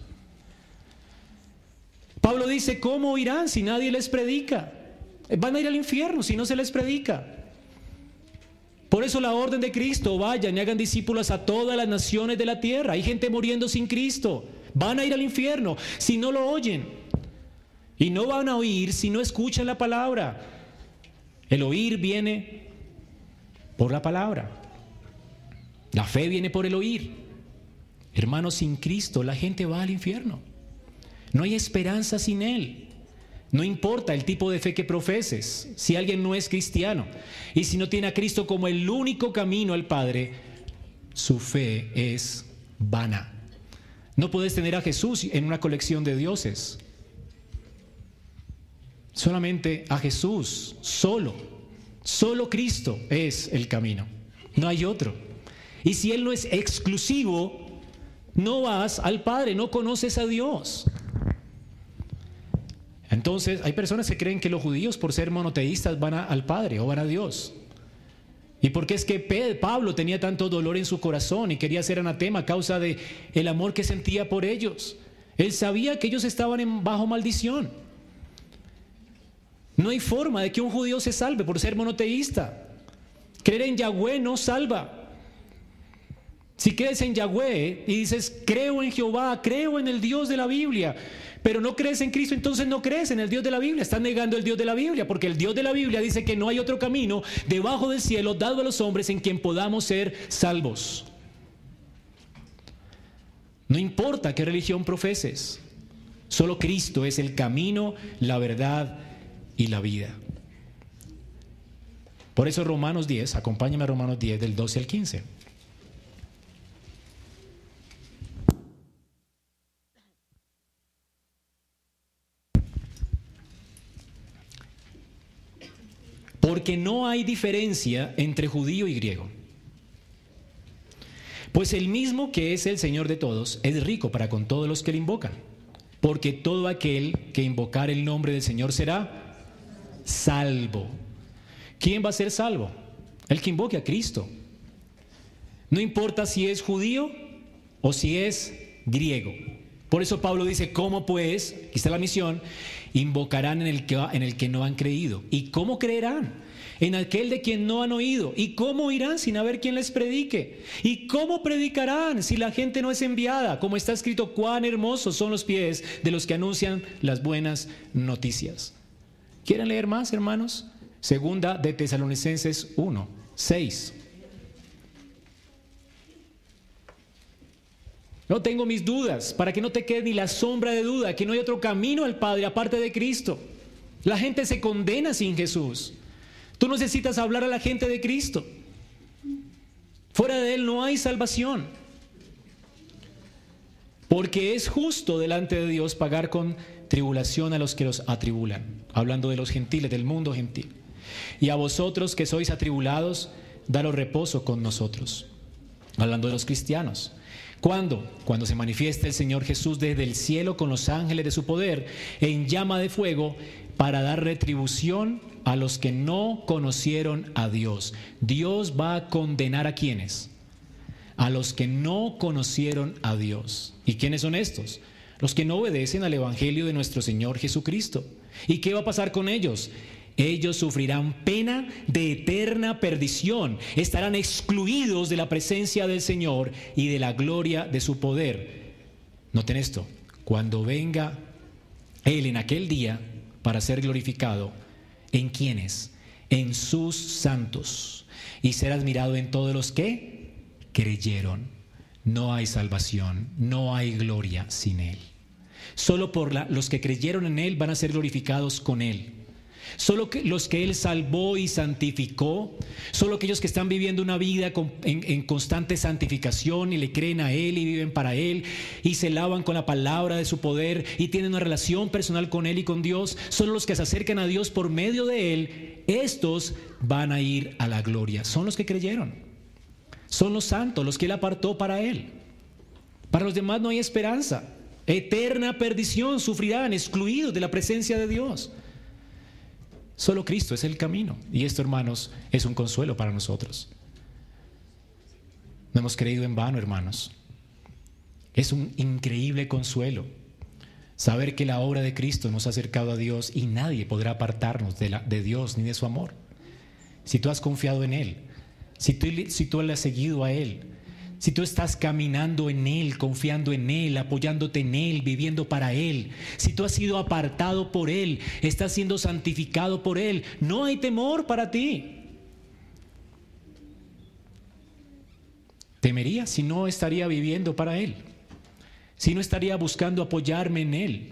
Pablo dice, ¿cómo irán si nadie les predica? Van a ir al infierno si no se les predica. Por eso la orden de Cristo, vayan y hagan discípulos a todas las naciones de la tierra. Hay gente muriendo sin Cristo. Van a ir al infierno si no lo oyen. Y no van a oír si no escuchan la palabra. El oír viene por la palabra. La fe viene por el oír. Hermanos, sin Cristo la gente va al infierno. No hay esperanza sin Él. No importa el tipo de fe que profeses, si alguien no es cristiano y si no tiene a Cristo como el único camino al Padre, su fe es vana. No puedes tener a Jesús en una colección de dioses. Solamente a Jesús, solo, solo Cristo es el camino. No hay otro. Y si Él no es exclusivo, no vas al Padre, no conoces a Dios. Entonces, hay personas que creen que los judíos, por ser monoteístas, van a, al Padre o van a Dios. ¿Y por qué es que Pablo tenía tanto dolor en su corazón y quería ser anatema a causa de el amor que sentía por ellos? Él sabía que ellos estaban en, bajo maldición. No hay forma de que un judío se salve por ser monoteísta. Creer en Yahweh no salva. Si crees en Yahweh y dices, creo en Jehová, creo en el Dios de la Biblia, pero no crees en Cristo, entonces no crees en el Dios de la Biblia. Estás negando el Dios de la Biblia, porque el Dios de la Biblia dice que no hay otro camino debajo del cielo dado a los hombres en quien podamos ser salvos. No importa qué religión profeses, solo Cristo es el camino, la verdad y la vida. Por eso Romanos diez, acompáñame a Romanos diez del doce al quince. Porque no hay diferencia entre judío y griego. Pues el mismo que es el Señor de todos es rico para con todos los que le invocan. Porque todo aquel que invocar el nombre del Señor será salvo. ¿Quién va a ser salvo? El que invoque a Cristo. No importa si es judío o si es griego. Por eso Pablo dice, ¿cómo pues? Aquí está la misión. Invocarán en el que, en el que no han creído. ¿Y cómo creerán? En aquel de quien no han oído. ¿Y cómo irán sin haber quien les predique? ¿Y cómo predicarán si la gente no es enviada? Como está escrito, cuán hermosos son los pies de los que anuncian las buenas noticias. ¿Quieren leer más, hermanos? Segunda de Tesalonicenses uno, seis. No tengo mis dudas, para que no te quede ni la sombra de duda, que no hay otro camino al Padre aparte de Cristo. La gente se condena sin Jesús. Tú necesitas hablar a la gente de Cristo. Fuera de Él no hay salvación. Porque es justo delante de Dios pagar con tribulación a los que los atribulan. Hablando de los gentiles, del mundo gentil. Y a vosotros que sois atribulados, daros reposo con nosotros. Hablando de los cristianos. ¿Cuándo? Cuando se manifieste el Señor Jesús desde el cielo con los ángeles de su poder en llama de fuego para dar retribución a los que no conocieron a Dios. Dios va a condenar ¿a quiénes? A los que no conocieron a Dios. ¿Y quiénes son estos? Los que no obedecen al evangelio de nuestro Señor Jesucristo. ¿Y qué va a pasar con ellos? Ellos sufrirán pena de eterna perdición, estarán excluidos de la presencia del Señor y de la gloria de su poder. Noten esto, cuando venga Él en aquel día para ser glorificado, ¿en quiénes? En sus santos, y ser admirado en todos los que creyeron. No hay salvación, no hay gloria sin Él. Solo por la, los que creyeron en Él van a ser glorificados con Él. Solo que los que Él salvó y santificó, solo aquellos que están viviendo una vida con, en, en constante santificación y le creen a Él y viven para Él y se lavan con la palabra de su poder y tienen una relación personal con Él y con Dios, solo los que se acercan a Dios por medio de Él, estos van a ir a la gloria. Son los que creyeron, son los santos, los que Él apartó para Él. Para los demás no hay esperanza, eterna perdición, sufrirán excluidos de la presencia de Dios. Solo Cristo es el camino. Y esto, hermanos, es un consuelo para nosotros. No hemos creído en vano, hermanos. Es un increíble consuelo saber que la obra de Cristo nos ha acercado a Dios y nadie podrá apartarnos de, la, de Dios ni de su amor. Si tú has confiado en Él, si tú, si tú le has seguido a Él, si tú estás caminando en Él, confiando en Él, apoyándote en Él, viviendo para Él, si tú has sido apartado por Él, estás siendo santificado por Él, no hay temor para ti. Temería si no estaría viviendo para Él, si no estaría buscando apoyarme en Él.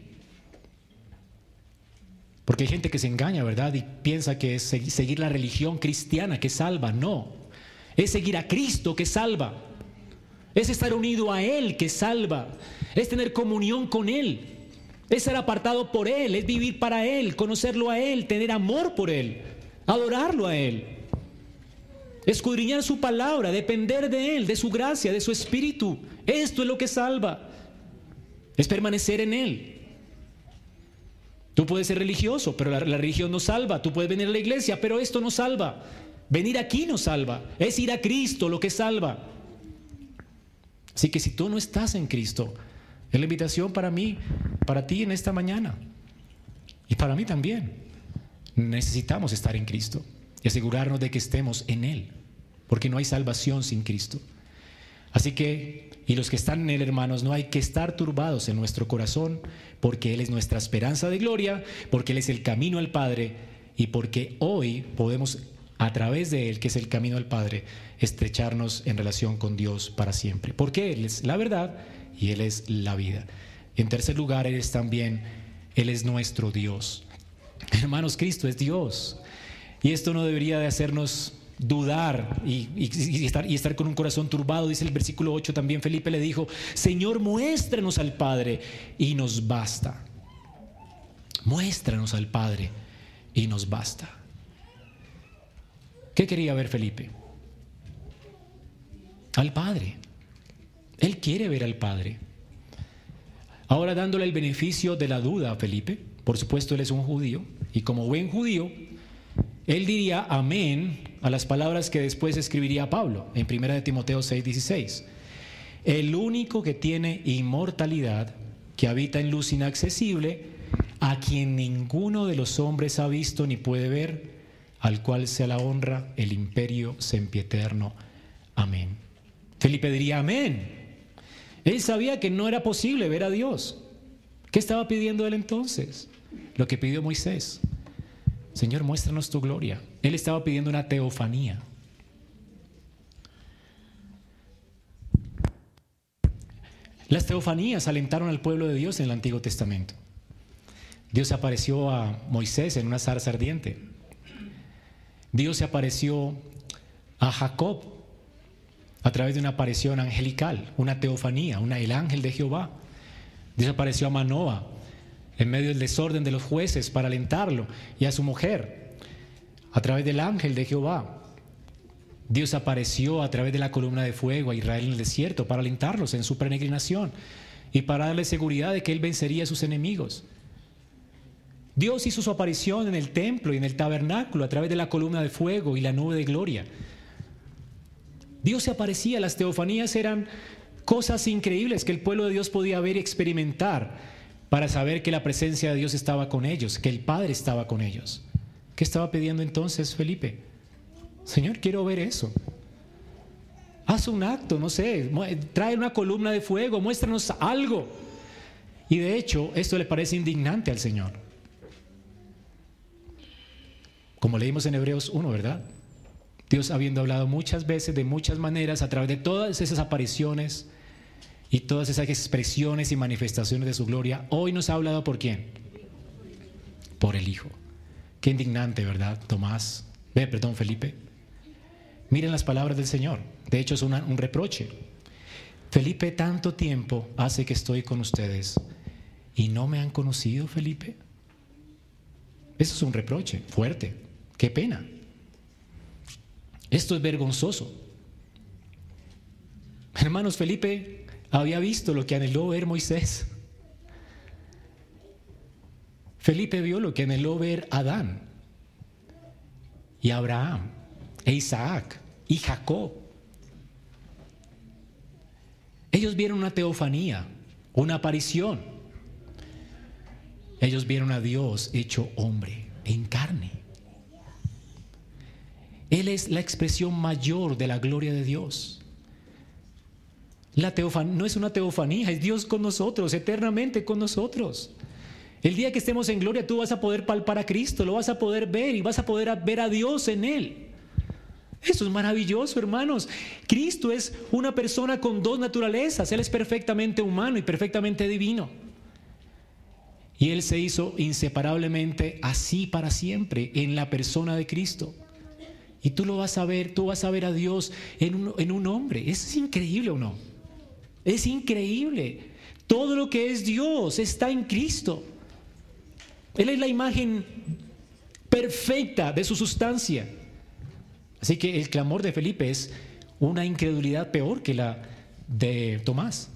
Porque hay gente que se engaña, ¿verdad? Y piensa que es seguir la religión cristiana que salva. No, es seguir a Cristo que salva. Es estar unido a Él que salva, es tener comunión con Él, es ser apartado por Él, es vivir para Él, conocerlo a Él, tener amor por Él, adorarlo a Él, escudriñar su palabra, depender de Él, de su gracia, de su espíritu. Esto es lo que salva, es permanecer en Él. Tú puedes ser religioso, pero la, la religión no salva. Tú puedes venir a la iglesia, pero esto no salva. Venir aquí no salva, es ir a Cristo lo que salva. Así que si tú no estás en Cristo, es la invitación para mí, para ti en esta mañana y para mí también. Necesitamos estar en Cristo y asegurarnos de que estemos en Él, porque no hay salvación sin Cristo. Así que, y los que están en Él, hermanos, no hay que estar turbados en nuestro corazón, porque Él es nuestra esperanza de gloria, porque Él es el camino al Padre, y porque hoy podemos, a través de Él, que es el camino al Padre, estrecharnos en relación con Dios para siempre. Porque Él es la verdad y Él es la vida. En tercer lugar, Él es también, Él es nuestro Dios. Hermanos, Cristo es Dios. Y esto no debería de hacernos dudar y, y, y, estar, y estar con un corazón turbado. Dice el versículo ocho también, Felipe le dijo: Señor, muéstranos al Padre y nos basta. Muéstranos al Padre y nos basta. ¿Qué quería ver Felipe? Al Padre. Él quiere ver al Padre. Ahora, dándole el beneficio de la duda a Felipe, por supuesto él es un judío, y como buen judío, él diría amén a las palabras que después escribiría Pablo en primera de Timoteo seis dieciséis. El único que tiene inmortalidad, que habita en luz inaccesible, a quien ninguno de los hombres ha visto ni puede ver, al cual sea la honra, el imperio sempiterno. Amén. Felipe diría amén. Él sabía que no era posible ver a Dios. ¿Qué estaba pidiendo él entonces? Lo que pidió Moisés. Señor, muéstranos tu gloria. Él estaba pidiendo una teofanía. Las teofanías alentaron al pueblo de Dios en el Antiguo Testamento. Dios apareció a Moisés en una zarza ardiente. Dios se apareció a Jacob a través de una aparición angelical, una teofanía, una, el ángel de Jehová. Dios apareció a Manoah en medio del desorden de los jueces para alentarlo, y a su mujer a través del ángel de Jehová. Dios apareció a través de la columna de fuego a Israel en el desierto para alentarlos en su peregrinación y para darle seguridad de que Él vencería a sus enemigos. Dios hizo su aparición en el templo y en el tabernáculo a través de la columna de fuego y la nube de gloria. Dios se aparecía. Las teofanías eran cosas increíbles que el pueblo de Dios podía ver y experimentar para saber que la presencia de Dios estaba con ellos, que el Padre estaba con ellos. ¿Qué estaba pidiendo entonces Felipe? Señor, quiero ver eso. Haz un acto, no sé, trae una columna de fuego, muéstranos algo. Y de hecho, esto le parece indignante al Señor. Como leímos en Hebreos uno, ¿verdad? Dios, habiendo hablado muchas veces, de muchas maneras, a través de todas esas apariciones y todas esas expresiones y manifestaciones de su gloria, hoy nos ha hablado ¿por quién? Por el Hijo. Qué indignante, ¿verdad, Tomás? Ve, perdón, Felipe. Miren las palabras del Señor. De hecho, es una, un reproche. Felipe, tanto tiempo hace que estoy con ustedes y no me han conocido, Felipe. Eso es un reproche fuerte. Qué pena. Esto es vergonzoso. Hermanos, Felipe había visto lo que anheló ver Moisés. Felipe vio lo que anheló ver Adán y Abraham e Isaac y Jacob. Ellos vieron una teofanía, una aparición. Ellos vieron a Dios hecho hombre en carne. Él es la expresión mayor de la gloria de Dios. La teofanía no es una teofanía, es Dios con nosotros, eternamente con nosotros. El día que estemos en gloria, tú vas a poder palpar a Cristo, lo vas a poder ver y vas a poder ver a Dios en Él. Eso es maravilloso, hermanos. Cristo es una persona con dos naturalezas. Él es perfectamente humano y perfectamente divino. Y Él se hizo inseparablemente así para siempre en la persona de Cristo. Y tú lo vas a ver, tú vas a ver a Dios en un, en un hombre. ¿Es increíble o no? Es increíble. Todo lo que es Dios está en Cristo. Él es la imagen perfecta de su sustancia. Así que el clamor de Felipe es una incredulidad peor que la de Tomás.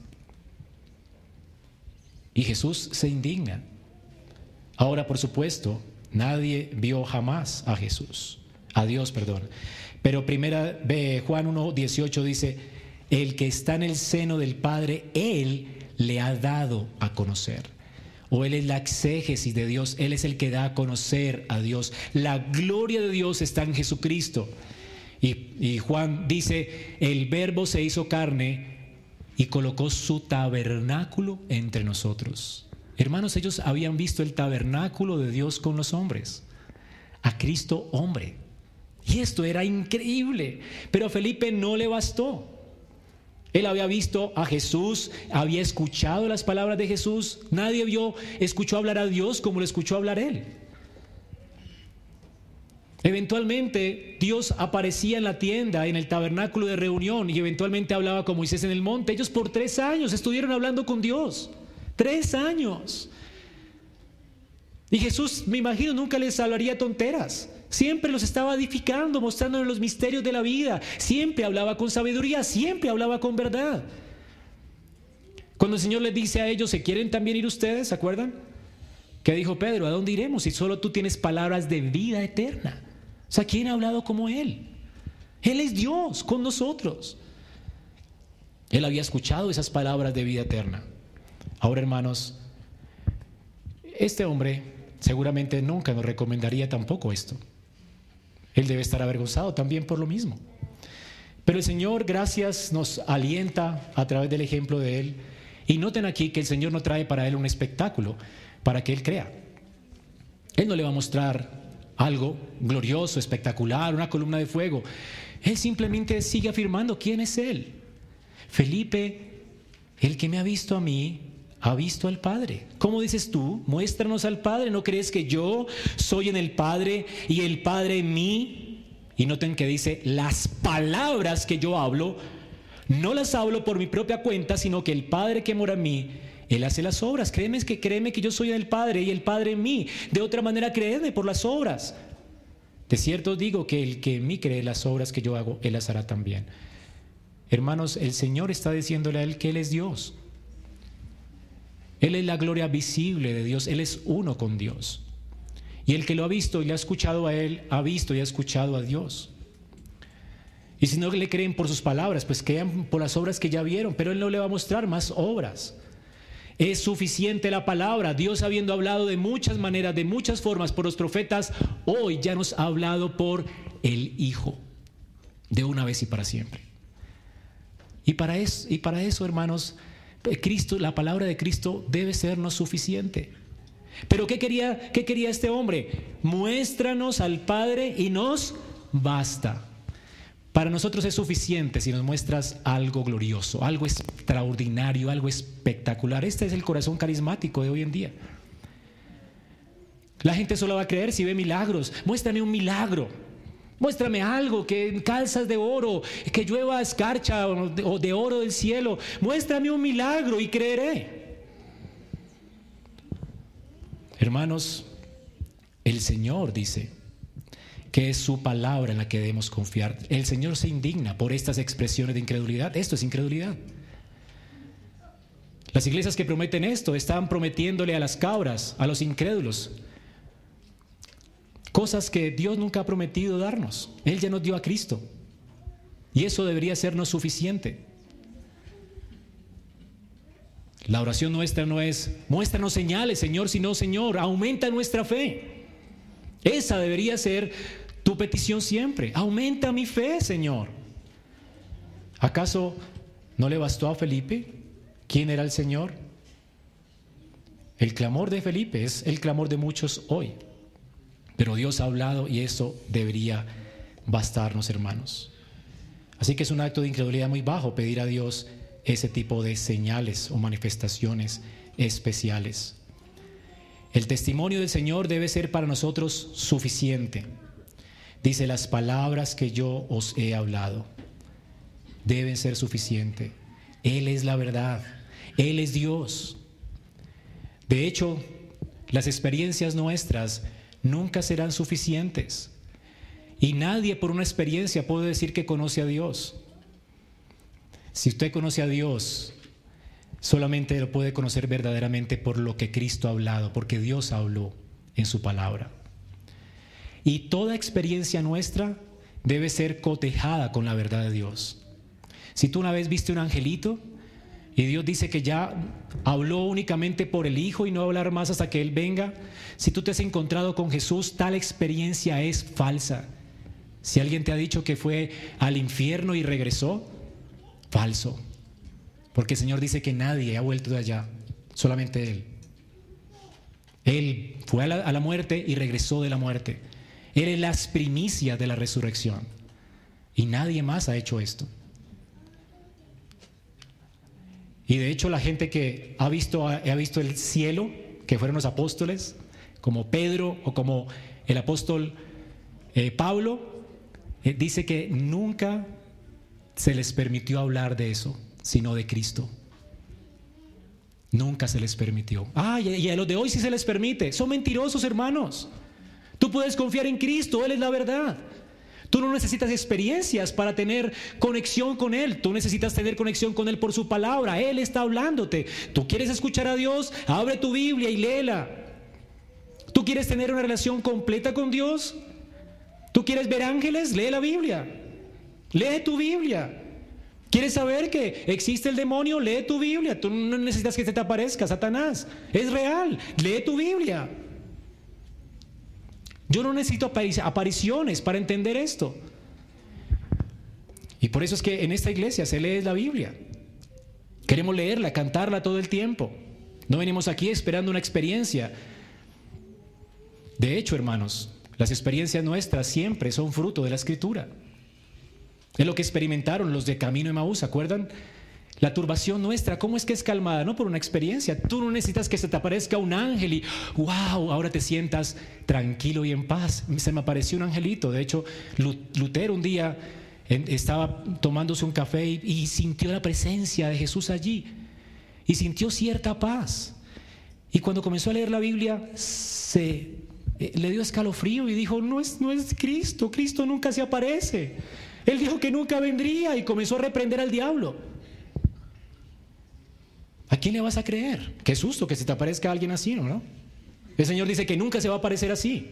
Y Jesús se indigna. Ahora, por supuesto, nadie vio jamás a Jesús, a Dios, perdón. Pero primera de Juan uno dieciocho dice: el que está en el seno del Padre, Él le ha dado a conocer. O Él es la exégesis de Dios, Él es el que da a conocer a Dios. La gloria de Dios está en Jesucristo. Y, y Juan dice, el Verbo se hizo carne y colocó su tabernáculo entre nosotros. Hermanos, ellos habían visto el tabernáculo de Dios con los hombres, a Cristo hombre. Y esto era increíble, pero a Felipe no le bastó. Él había visto a Jesús, había escuchado las palabras de Jesús. Nadie vio, escuchó hablar a Dios como lo escuchó hablar él. Eventualmente Dios aparecía en la tienda, en el tabernáculo de reunión, y eventualmente hablaba con Moisés en el monte. Ellos por tres años estuvieron hablando con Dios. Tres años. Y Jesús, me imagino, nunca les hablaría tonteras. Siempre los estaba edificando, mostrándoles los misterios de la vida. Siempre hablaba con sabiduría, siempre hablaba con verdad. Cuando el Señor les dice a ellos, ¿se quieren también ir ustedes? ¿Se acuerdan? ¿Qué dijo Pedro? ¿A dónde iremos si solo tú tienes palabras de vida eterna? O sea, ¿quién ha hablado como Él? Él es Dios con nosotros. Él había escuchado esas palabras de vida eterna. Ahora, hermanos, este hombre seguramente nunca nos recomendaría tampoco esto. Él debe estar avergonzado también por lo mismo. Pero el Señor, gracias, nos alienta a través del ejemplo de Él. Y noten aquí que el Señor no trae para Él un espectáculo, para que Él crea. Él no le va a mostrar algo glorioso, espectacular, una columna de fuego. Él simplemente sigue afirmando quién es Él. Felipe, el que me ha visto a mí, ha visto al Padre. ¿Cómo dices tú? Muéstranos al Padre. ¿No crees que yo soy en el Padre y el Padre en mí? Y noten que dice, las palabras que yo hablo, no las hablo por mi propia cuenta, sino que el Padre que mora en mí, Él hace las obras. Créeme que, créeme que yo soy en el Padre y el Padre en mí. De otra manera, créeme por las obras. De cierto os digo que el que en mí cree las obras que yo hago, Él las hará también. Hermanos, el Señor está diciéndole a Él que Él es Dios. Él es la gloria visible de Dios. Él es uno con Dios. Y el que lo ha visto y le ha escuchado a Él, ha visto y ha escuchado a Dios. Y si no le creen por sus palabras, pues crean por las obras que ya vieron, pero Él no le va a mostrar más obras. Es suficiente la palabra. Dios, habiendo hablado de muchas maneras, de muchas formas por los profetas, hoy ya nos ha hablado por el Hijo, de una vez y para siempre. Y para eso, y para eso, hermanos, Cristo, la palabra de Cristo debe sernos suficiente. Pero ¿qué quería, qué quería este hombre? Muéstranos al Padre y nos basta. Para nosotros es suficiente si nos muestras algo glorioso, algo extraordinario, algo espectacular. Este es el corazón carismático de hoy en día. La gente solo va a creer si ve milagros. Muéstrame un milagro. Muéstrame algo, que calzas de oro, que llueva escarcha o de oro del cielo. Muéstrame un milagro y creeré. Hermanos, el Señor dice que es su palabra en la que debemos confiar. El Señor se indigna por estas expresiones de incredulidad. Esto es incredulidad. Las iglesias que prometen esto están prometiéndole a las cabras, a los incrédulos, cosas que Dios nunca ha prometido darnos. Él ya nos dio a Cristo. Y eso debería sernos suficiente. La oración nuestra no es, muéstranos señales, Señor, sino, Señor, aumenta nuestra fe. Esa debería ser tu petición siempre. Aumenta mi fe, Señor. ¿Acaso no le bastó a Felipe? ¿Quién era el Señor? El clamor de Felipe es el clamor de muchos hoy. Pero Dios ha hablado y eso debería bastarnos, hermanos. Así que es un acto de incredulidad muy bajo pedir a Dios ese tipo de señales o manifestaciones especiales. El testimonio del Señor debe ser para nosotros suficiente. Dice, las palabras que yo os he hablado deben ser suficientes. Él es la verdad. Él es Dios. De hecho, las experiencias nuestras nunca serán suficientes. Y nadie por una experiencia puede decir que conoce a Dios. Si usted conoce a Dios, solamente lo puede conocer verdaderamente por lo que Cristo ha hablado, porque Dios habló en su palabra. Y toda experiencia nuestra debe ser cotejada con la verdad de Dios. Si tú una vez viste un angelito y Dios dice que ya habló únicamente por el Hijo y no va a hablar más hasta que Él venga, si tú te has encontrado con Jesús, tal experiencia es falsa. Si alguien te ha dicho que fue al infierno y regresó, falso. Porque el Señor dice que nadie ha vuelto de allá, solamente Él. Él fue a la, a la muerte y regresó de la muerte. Él es las primicias de la resurrección. Y nadie más ha hecho esto. Y de hecho la gente que ha visto, ha visto el cielo, que fueron los apóstoles, como Pedro o como el apóstol eh, Pablo, eh, dice que nunca se les permitió hablar de eso, sino de Cristo. Nunca se les permitió. Ah, y a los de hoy sí se les permite. Son mentirosos, hermanos. Tú puedes confiar en Cristo, Él es la verdad. Tú no necesitas experiencias para tener conexión con Él. Tú necesitas tener conexión con Él por su palabra. Él está hablándote. Tú quieres escuchar a Dios, abre tu Biblia y léela. Tú quieres tener una relación completa con Dios. Tú quieres ver ángeles, lee la Biblia. Lee tu Biblia. ¿Quieres saber que existe el demonio? Lee tu Biblia. Tú no necesitas que se te aparezca Satanás. Es real. Lee tu Biblia. Yo no necesito apariciones para entender esto. Y por eso es que en esta iglesia se lee la Biblia. Queremos leerla, cantarla todo el tiempo. No venimos aquí esperando una experiencia. De hecho, hermanos, las experiencias nuestras siempre son fruto de la Escritura. Es lo que experimentaron los de Camino de Emaús, ¿se acuerdan? La turbación nuestra, ¿cómo es que es calmada? No por una experiencia. Tú no necesitas que se te aparezca un ángel y wow, ahora te sientas tranquilo y en paz. Se me apareció un angelito. De hecho, Lutero un día estaba tomándose un café y, y sintió la presencia de Jesús allí. Y sintió cierta paz. Y cuando comenzó a leer la Biblia, se, eh, le dio escalofrío y dijo, no es, no es Cristo, Cristo nunca se aparece. Él dijo que nunca vendría y comenzó a reprender al diablo. ¿A quién le vas a creer? Qué susto que se te aparezca alguien así, ¿no? El Señor dice que nunca se va a aparecer así.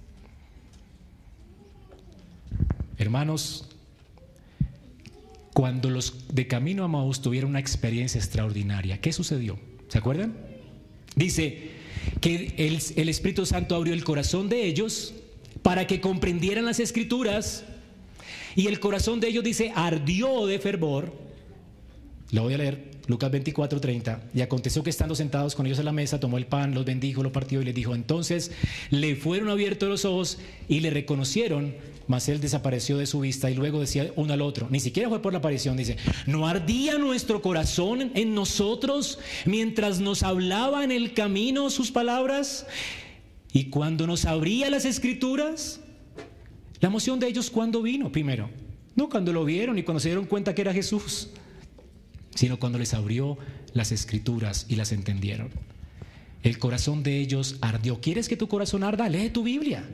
Hermanos, cuando los de Camino a Emaús tuvieron una experiencia extraordinaria, ¿qué sucedió? ¿Se acuerdan? Dice que el, el Espíritu Santo abrió el corazón de ellos para que comprendieran las Escrituras, y el corazón de ellos, dice, ardió de fervor. Lo voy a leer. Lucas veinticuatro, treinta. Y aconteció que estando sentados con ellos en la mesa, tomó el pan, los bendijo, lo partió y les dijo. Entonces le fueron abiertos los ojos y le reconocieron, mas él desapareció de su vista. Y luego decía uno al otro, ni siquiera fue por la aparición, dice, ¿no ardía nuestro corazón en nosotros mientras nos hablaba en el camino sus palabras? Y cuando nos abría las Escrituras. La emoción de ellos, ¿cuándo vino? Primero, no cuando lo vieron y cuando se dieron cuenta que era Jesús, sino cuando les abrió las Escrituras y las entendieron. El corazón de ellos ardió. ¿Quieres que tu corazón arda? Lee tu Biblia.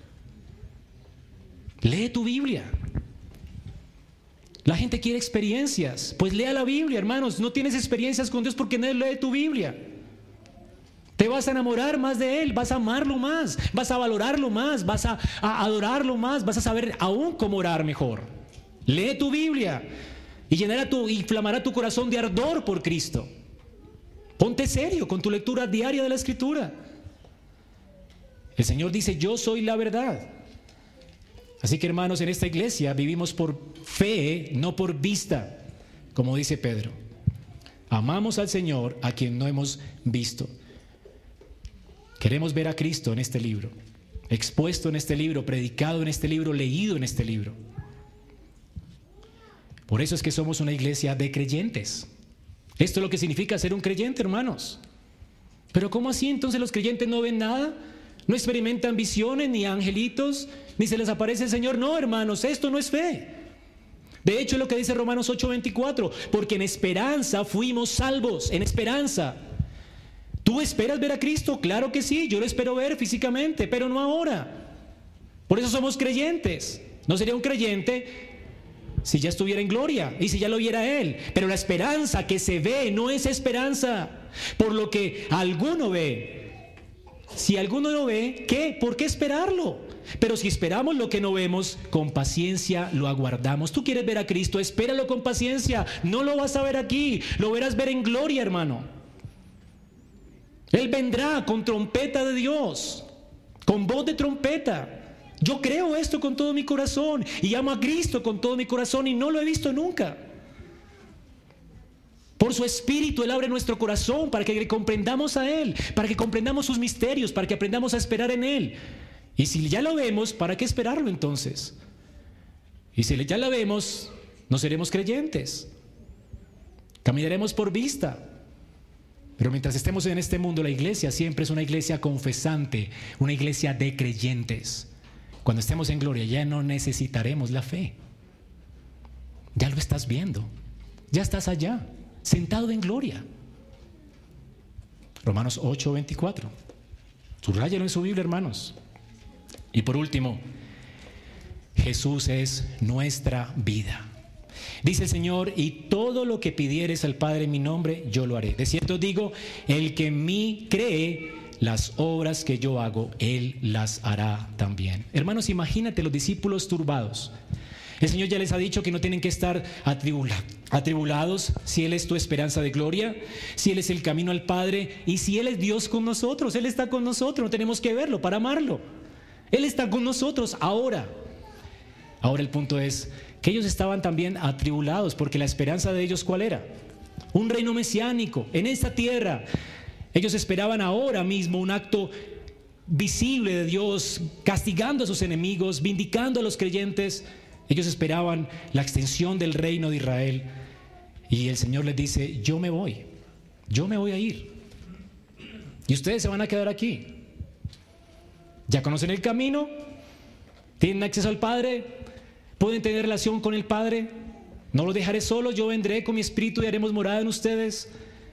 Lee tu Biblia. La gente quiere experiencias. Pues lea la Biblia, hermanos. No tienes experiencias con Dios porque no lee tu Biblia. Te vas a enamorar más de Él, vas a amarlo más, vas a valorarlo más, vas a, a adorarlo más, vas a saber aún cómo orar mejor. Lee tu Biblia. Y llenará tu, inflamará tu corazón de ardor por Cristo. Ponte serio con tu lectura diaria de la Escritura. El Señor dice, yo soy la verdad. Así que, hermanos, en esta iglesia vivimos por fe, no por vista, como dice Pedro. Amamos al Señor a quien no hemos visto. Queremos ver a Cristo en este libro, expuesto en este libro, predicado en este libro, leído en este libro. Por eso es que somos una iglesia de creyentes. Esto es lo que significa ser un creyente, hermanos. Pero ¿cómo así? Entonces los creyentes no ven nada, no experimentan visiones, ni angelitos, ni se les aparece el Señor. No, hermanos, esto no es fe. De hecho, es lo que dice Romanos ocho veinticuatro, porque en esperanza fuimos salvos, en esperanza. ¿Tú esperas ver a Cristo? Claro que sí, yo lo espero ver físicamente, pero no ahora. Por eso somos creyentes. No sería un creyente si ya estuviera en gloria y si ya lo viera Él. Pero la esperanza que se ve no es esperanza por lo que alguno ve. Si alguno lo ve, ¿qué? ¿Por qué esperarlo? Pero si esperamos lo que no vemos, con paciencia lo aguardamos. Tú quieres ver a Cristo, espéralo con paciencia. No lo vas a ver aquí, lo verás ver en gloria, hermano. Él vendrá con trompeta de Dios, con voz de trompeta. Yo creo esto con todo mi corazón y amo a Cristo con todo mi corazón y no lo he visto nunca. Por su Espíritu Él abre nuestro corazón para que le comprendamos a Él, para que comprendamos sus misterios, para que aprendamos a esperar en Él. Y si ya lo vemos, ¿para qué esperarlo entonces? Y si ya lo vemos, no seremos creyentes. Caminaremos por vista. Pero mientras estemos en este mundo, la iglesia siempre es una iglesia confesante, una iglesia de creyentes. Cuando estemos en gloria ya no necesitaremos la fe. Ya lo estás viendo. Ya estás allá, sentado en gloria. Romanos ocho, veinticuatro. Subráyalo en su Biblia, hermanos. Y por último, Jesús es nuestra vida. Dice el Señor: y todo lo que pidieres al Padre en mi nombre, yo lo haré. De cierto digo, el que en mí cree, las obras que yo hago, Él las hará también. Hermanos, imagínate los discípulos turbados. El Señor ya les ha dicho que no tienen que estar atribula, atribulados si Él es tu esperanza de gloria, si Él es el camino al Padre y si Él es Dios con nosotros. Él está con nosotros, no tenemos que verlo para amarlo. Él está con nosotros ahora. Ahora el punto es que ellos estaban también atribulados porque la esperanza de ellos, ¿cuál era? Un reino mesiánico en esta tierra. Ellos esperaban ahora mismo un acto visible de Dios, castigando a sus enemigos, vindicando a los creyentes. Ellos esperaban la extensión del reino de Israel. Y el Señor les dice: yo me voy, yo me voy a ir. Y ustedes se van a quedar aquí. ¿Ya conocen el camino? ¿Tienen acceso al Padre? ¿Pueden tener relación con el Padre? No los dejaré solos, yo vendré con mi espíritu y haremos morada en ustedes.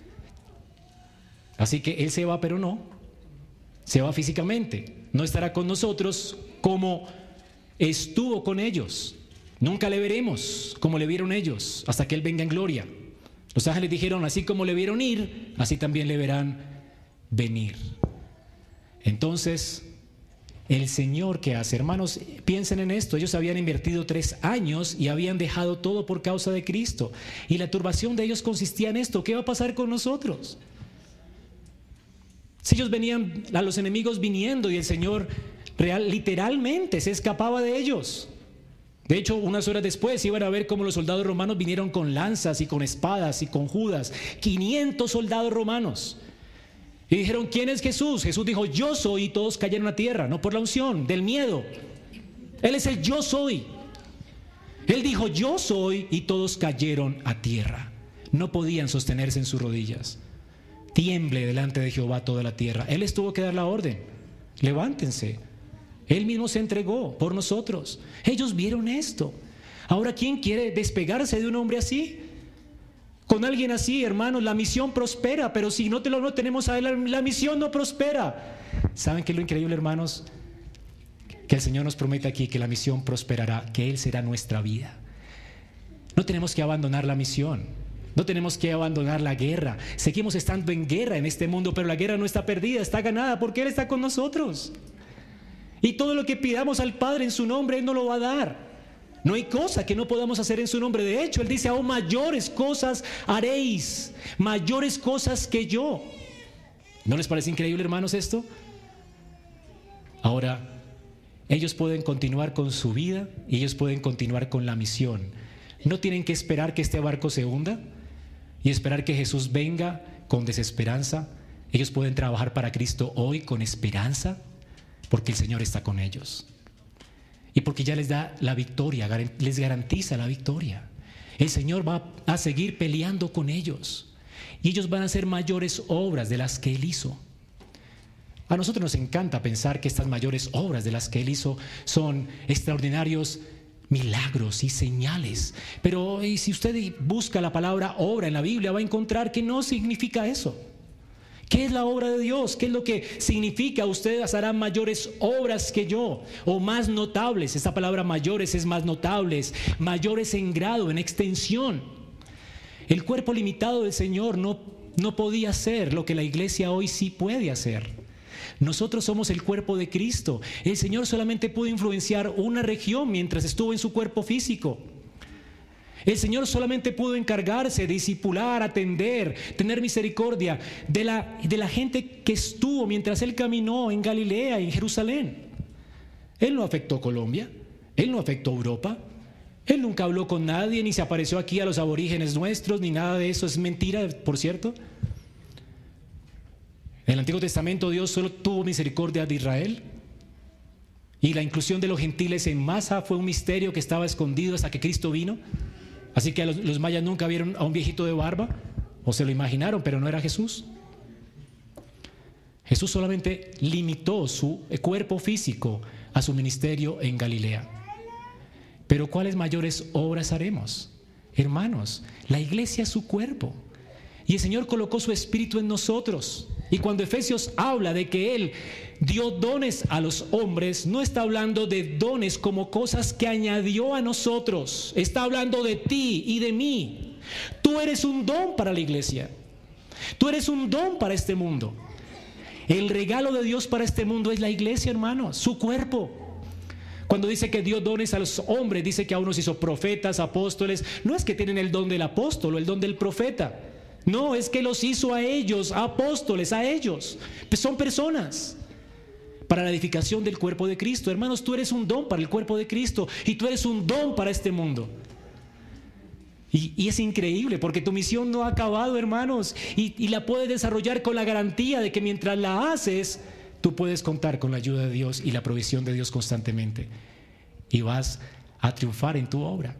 Así que Él se va, pero no. Se va físicamente. No estará con nosotros como estuvo con ellos. Nunca le veremos como le vieron ellos, hasta que Él venga en gloria. Los ángeles dijeron: así como le vieron ir, así también le verán venir. Entonces, el Señor, ¿qué hace? Hermanos, piensen en esto. Ellos habían invertido tres años y habían dejado todo por causa de Cristo. Y la turbación de ellos consistía en esto: ¿qué va a pasar con nosotros? Si ellos venían, a los enemigos viniendo, y el Señor real, literalmente se escapaba de ellos. De hecho, unas horas después iban a ver cómo los soldados romanos vinieron con lanzas y con espadas y con Judas. quinientos soldados romanos. Y dijeron: ¿quién es Jesús? Jesús dijo: yo soy, y todos cayeron a tierra, no por la unción, del miedo. Él es el yo soy. Él dijo: yo soy, y todos cayeron a tierra. No podían sostenerse en sus rodillas. Tiemble delante de Jehová toda la tierra. Él les tuvo que dar la orden: levántense. Él mismo se entregó por nosotros. Ellos vieron esto. Ahora, ¿quién quiere despegarse de un hombre así? Con alguien así, hermanos, la misión prospera, pero si no, te lo, no tenemos a Él, la, la misión no prospera. ¿Saben qué es lo increíble, hermanos? Que el Señor nos promete aquí que la misión prosperará, que Él será nuestra vida. No tenemos que abandonar la misión. No tenemos que abandonar la guerra. Seguimos estando en guerra en este mundo, pero la guerra no está perdida, está ganada, porque Él está con nosotros. Y todo lo que pidamos al Padre en su nombre, Él nos lo va a dar. No hay cosa que no podamos hacer en su nombre. De hecho, Él dice: aún mayores cosas haréis, mayores cosas que yo. ¿No les parece increíble, hermanos, esto? Ahora, ellos pueden continuar con su vida y ellos pueden continuar con la misión. No tienen que esperar que este barco se hunda y esperar que Jesús venga con desesperanza. Ellos pueden trabajar para Cristo hoy con esperanza, porque el Señor está con ellos y porque ya les da la victoria, les garantiza la victoria. El Señor va a seguir peleando con ellos y ellos van a hacer mayores obras de las que Él hizo. A nosotros nos encanta pensar que estas mayores obras de las que Él hizo son extraordinarios milagros y señales, pero y si usted busca la palabra obra en la Biblia, va a encontrar que no significa eso. ¿Qué es la obra de Dios? ¿Qué es lo que significa? Ustedes harán mayores obras que yo, o más notables. Esta palabra mayores es más notables, mayores en grado, en extensión. El cuerpo limitado del Señor no, no podía hacer lo que la iglesia hoy sí puede hacer. Nosotros somos el cuerpo de Cristo. El Señor solamente pudo influenciar una región mientras estuvo en su cuerpo físico. El Señor solamente pudo encargarse, discipular, atender, tener misericordia de la, de la gente que estuvo mientras Él caminó en Galilea y en Jerusalén. Él no afectó a Colombia, Él no afectó a Europa, Él nunca habló con nadie, ni se apareció aquí a los aborígenes nuestros, ni nada de eso. Es mentira, por cierto. En el Antiguo Testamento Dios solo tuvo misericordia de Israel. Y la inclusión de los gentiles en masa fue un misterio que estaba escondido hasta que Cristo vino. Así que los, los mayas nunca vieron a un viejito de barba, o se lo imaginaron, pero no era Jesús. Jesús solamente limitó su cuerpo físico a su ministerio en Galilea. Pero ¿cuáles mayores obras haremos? Hermanos, la iglesia es su cuerpo. Y el Señor colocó su espíritu en nosotros. Y cuando Efesios habla de que Él dio dones a los hombres, no está hablando de dones como cosas que añadió a nosotros. Está hablando de ti y de mí. Tú eres un don para la iglesia. Tú eres un don para este mundo. El regalo de Dios para este mundo es la iglesia, hermanos, su cuerpo. Cuando dice que dio dones a los hombres, dice que a unos hizo profetas, apóstoles. No es que tienen el don del apóstol o el don del profeta. No, es que los hizo a ellos, a apóstoles, a ellos. Pues son personas para la edificación del cuerpo de Cristo. Hermanos, tú eres un don para el cuerpo de Cristo y tú eres un don para este mundo. Y, y es increíble porque tu misión no ha acabado, hermanos, y, y la puedes desarrollar con la garantía de que mientras la haces, tú puedes contar con la ayuda de Dios y la provisión de Dios constantemente. Y vas a triunfar en tu obra.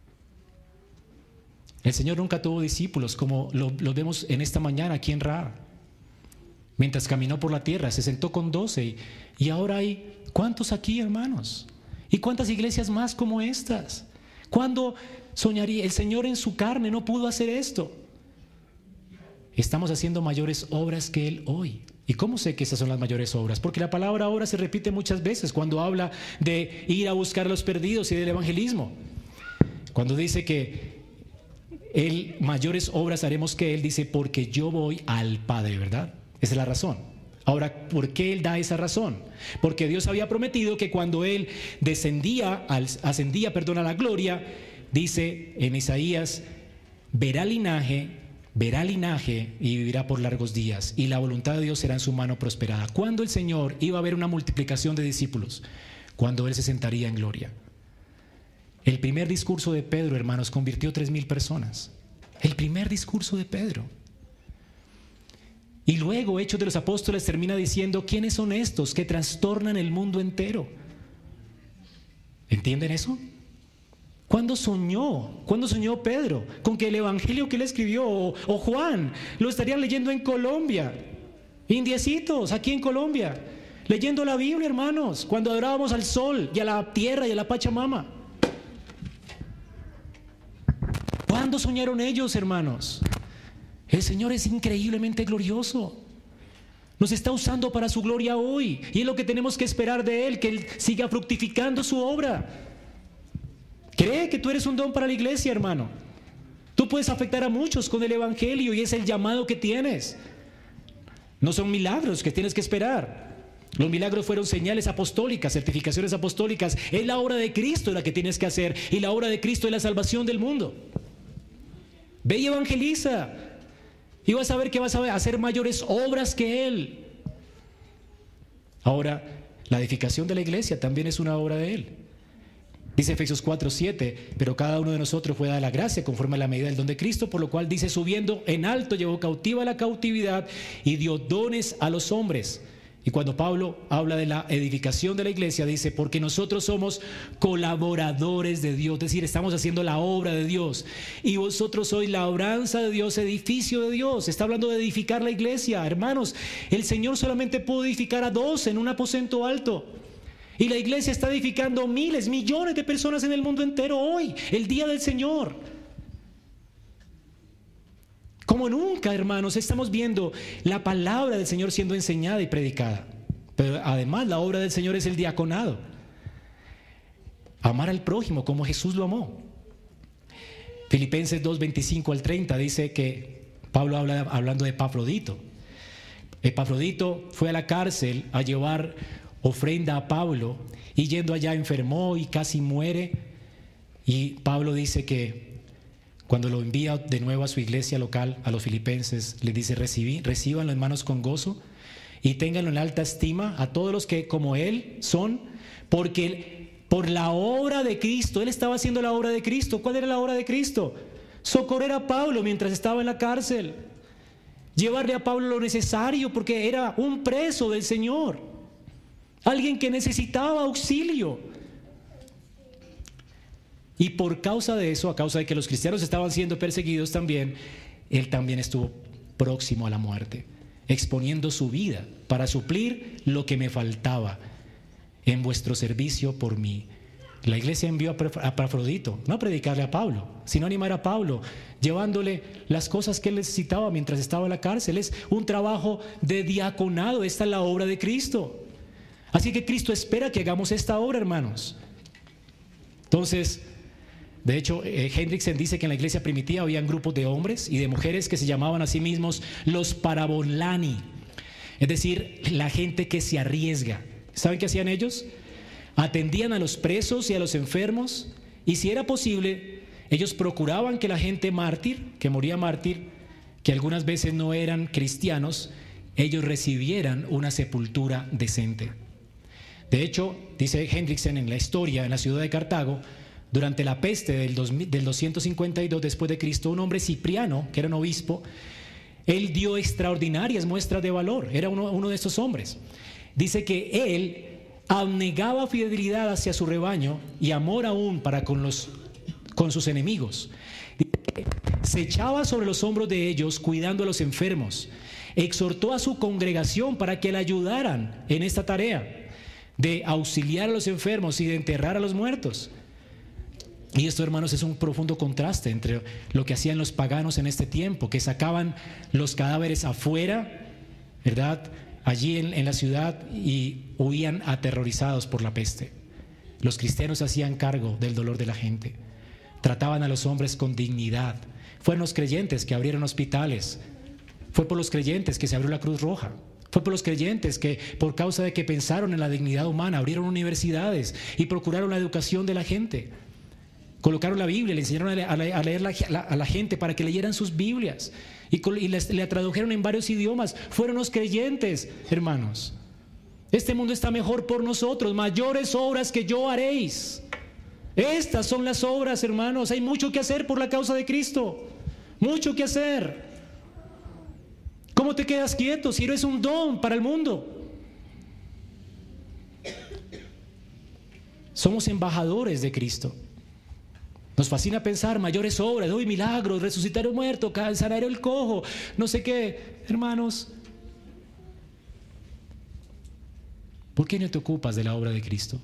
El Señor nunca tuvo discípulos como lo, lo vemos en esta mañana aquí en Ra. Mientras caminó por la tierra, se sentó con doce y, y ahora hay ¿cuántos aquí, hermanos? ¿Y cuántas iglesias más como estas? ¿Cuándo soñaría? El Señor en su carne no pudo hacer esto. Estamos haciendo mayores obras que Él hoy. ¿Y cómo sé que esas son las mayores obras? Porque la palabra obra se repite muchas veces cuando habla de ir a buscar a los perdidos y del evangelismo. Cuando dice que Él, mayores obras haremos que Él, dice, porque yo voy al Padre, ¿verdad? Esa es la razón. Ahora, ¿por qué Él da esa razón? Porque Dios había prometido que cuando Él descendía, al, ascendía, perdón, a la gloria, dice en Isaías, verá linaje, verá linaje y vivirá por largos días, y la voluntad de Dios será en su mano prosperada. ¿Cuándo el Señor iba a haber una multiplicación de discípulos? Cuando Él se sentaría en gloria. El primer discurso de Pedro, hermanos, convirtió tres mil personas. El primer discurso de Pedro. Y luego, Hechos de los Apóstoles termina diciendo, ¿quiénes son estos que trastornan el mundo entero? ¿Entienden eso? ¿Cuándo soñó? ¿Cuándo soñó Pedro? Con que el evangelio que él escribió, o, o Juan, lo estarían leyendo en Colombia. Indiecitos, aquí en Colombia. Leyendo la Biblia, hermanos, cuando adorábamos al sol y a la tierra y a la Pachamama. ¿Cuándo soñaron ellos, hermanos? El Señor es increíblemente glorioso. Nos está usando para su gloria hoy. Y es lo que tenemos que esperar de Él, que Él siga fructificando su obra. Cree que tú eres un don para la iglesia, hermano. Tú puedes afectar a muchos con el evangelio y es el llamado que tienes. No son milagros que tienes que esperar. Los milagros fueron señales apostólicas, certificaciones apostólicas. Es la obra de Cristo la que tienes que hacer, y la obra de Cristo es la salvación del mundo. Ve y evangeliza y vas a ver que vas a hacer mayores obras que Él. Ahora, la edificación de la iglesia también es una obra de Él. Dice Efesios cuatro siete, pero cada uno de nosotros fue dada la gracia conforme a la medida del don de Cristo, por lo cual dice, subiendo en alto llevó cautiva la cautividad y dio dones a los hombres. Y cuando Pablo habla de la edificación de la iglesia, dice, porque nosotros somos colaboradores de Dios, es decir, estamos haciendo la obra de Dios. Y vosotros sois la obranza de Dios, edificio de Dios. Está hablando de edificar la iglesia. Hermanos, el Señor solamente pudo edificar a dos en un aposento alto. Y la iglesia está edificando miles, millones de personas en el mundo entero hoy, el día del Señor. Como nunca, hermanos, estamos viendo la palabra del Señor siendo enseñada y predicada. Pero además la obra del Señor es el diaconado. Amar al prójimo como Jesús lo amó. Filipenses dos veinticinco al treinta dice que Pablo habla hablando de Epafrodito. Epafrodito fue a la cárcel a llevar ofrenda a Pablo y yendo allá enfermó y casi muere. Y Pablo dice que cuando lo envía de nuevo a su iglesia local, a los filipenses, les dice, recibí, recíbanlo, hermanos, con gozo. y ténganlo en alta estima a todos los que como Él son, porque por la obra de Cristo, Él estaba haciendo la obra de Cristo. ¿Cuál era la obra de Cristo? Socorrer a Pablo mientras estaba en la cárcel, llevarle a Pablo lo necesario porque era un preso del Señor, alguien que necesitaba auxilio. Y por causa de eso, a causa de que los cristianos estaban siendo perseguidos también, Él también estuvo próximo a la muerte, exponiendo su vida para suplir lo que me faltaba en vuestro servicio por mí. La iglesia envió a Epafrodito, no a predicarle a Pablo, sino a animar a Pablo, llevándole las cosas que él necesitaba mientras estaba en la cárcel. Es un trabajo de diaconado, esta es la obra de Cristo. Así que Cristo espera que hagamos esta obra, hermanos. Entonces, de hecho, eh, Hendrickson dice que en la iglesia primitiva habían grupos de hombres y de mujeres que se llamaban a sí mismos los parabolani, es decir, la gente que se arriesga. ¿Saben qué hacían ellos? Atendían a los presos y a los enfermos, y si era posible, ellos procuraban que la gente mártir, que moría mártir, que algunas veces no eran cristianos, ellos recibieran una sepultura decente. De hecho, dice Hendrickson en la historia, en la ciudad de Cartago, durante la peste del, dos mil, del doscientos cincuenta y dos después de Cristo, un hombre Cipriano, que era un obispo, él dio extraordinarias muestras de valor, era uno, uno de estos hombres. Dice que él abnegaba fidelidad hacia su rebaño y amor aún para con, los, con sus enemigos. Se echaba sobre los hombros de ellos cuidando a los enfermos. Exhortó a su congregación para que le ayudaran en esta tarea de auxiliar a los enfermos y de enterrar a los muertos. Y esto, hermanos, es un profundo contraste entre lo que hacían los paganos en este tiempo, que sacaban los cadáveres afuera, ¿verdad?, allí en, en la ciudad, y huían aterrorizados por la peste. Los cristianos hacían cargo del dolor de la gente, trataban a los hombres con dignidad. Fueron los creyentes que abrieron hospitales, fue por los creyentes que se abrió la Cruz Roja, fue por los creyentes que, por causa de que pensaron en la dignidad humana, abrieron universidades y procuraron la educación de la gente. Colocaron la Biblia, le enseñaron a leer, a leer la, a la gente para que leyeran sus Biblias y, y les, le tradujeron en varios idiomas. Fueron los creyentes, hermanos. Este mundo está mejor por nosotros. Mayores obras que yo haréis. Estas son las obras, hermanos. Hay mucho que hacer por la causa de Cristo. Mucho que hacer. ¿Cómo te quedas quieto si eres un don para el mundo? Somos embajadores de Cristo. Nos fascina pensar mayores obras, hoy milagros, resucitar un muerto, sanar el cojo, no sé qué. Hermanos, ¿por qué no te ocupas de la obra de Cristo?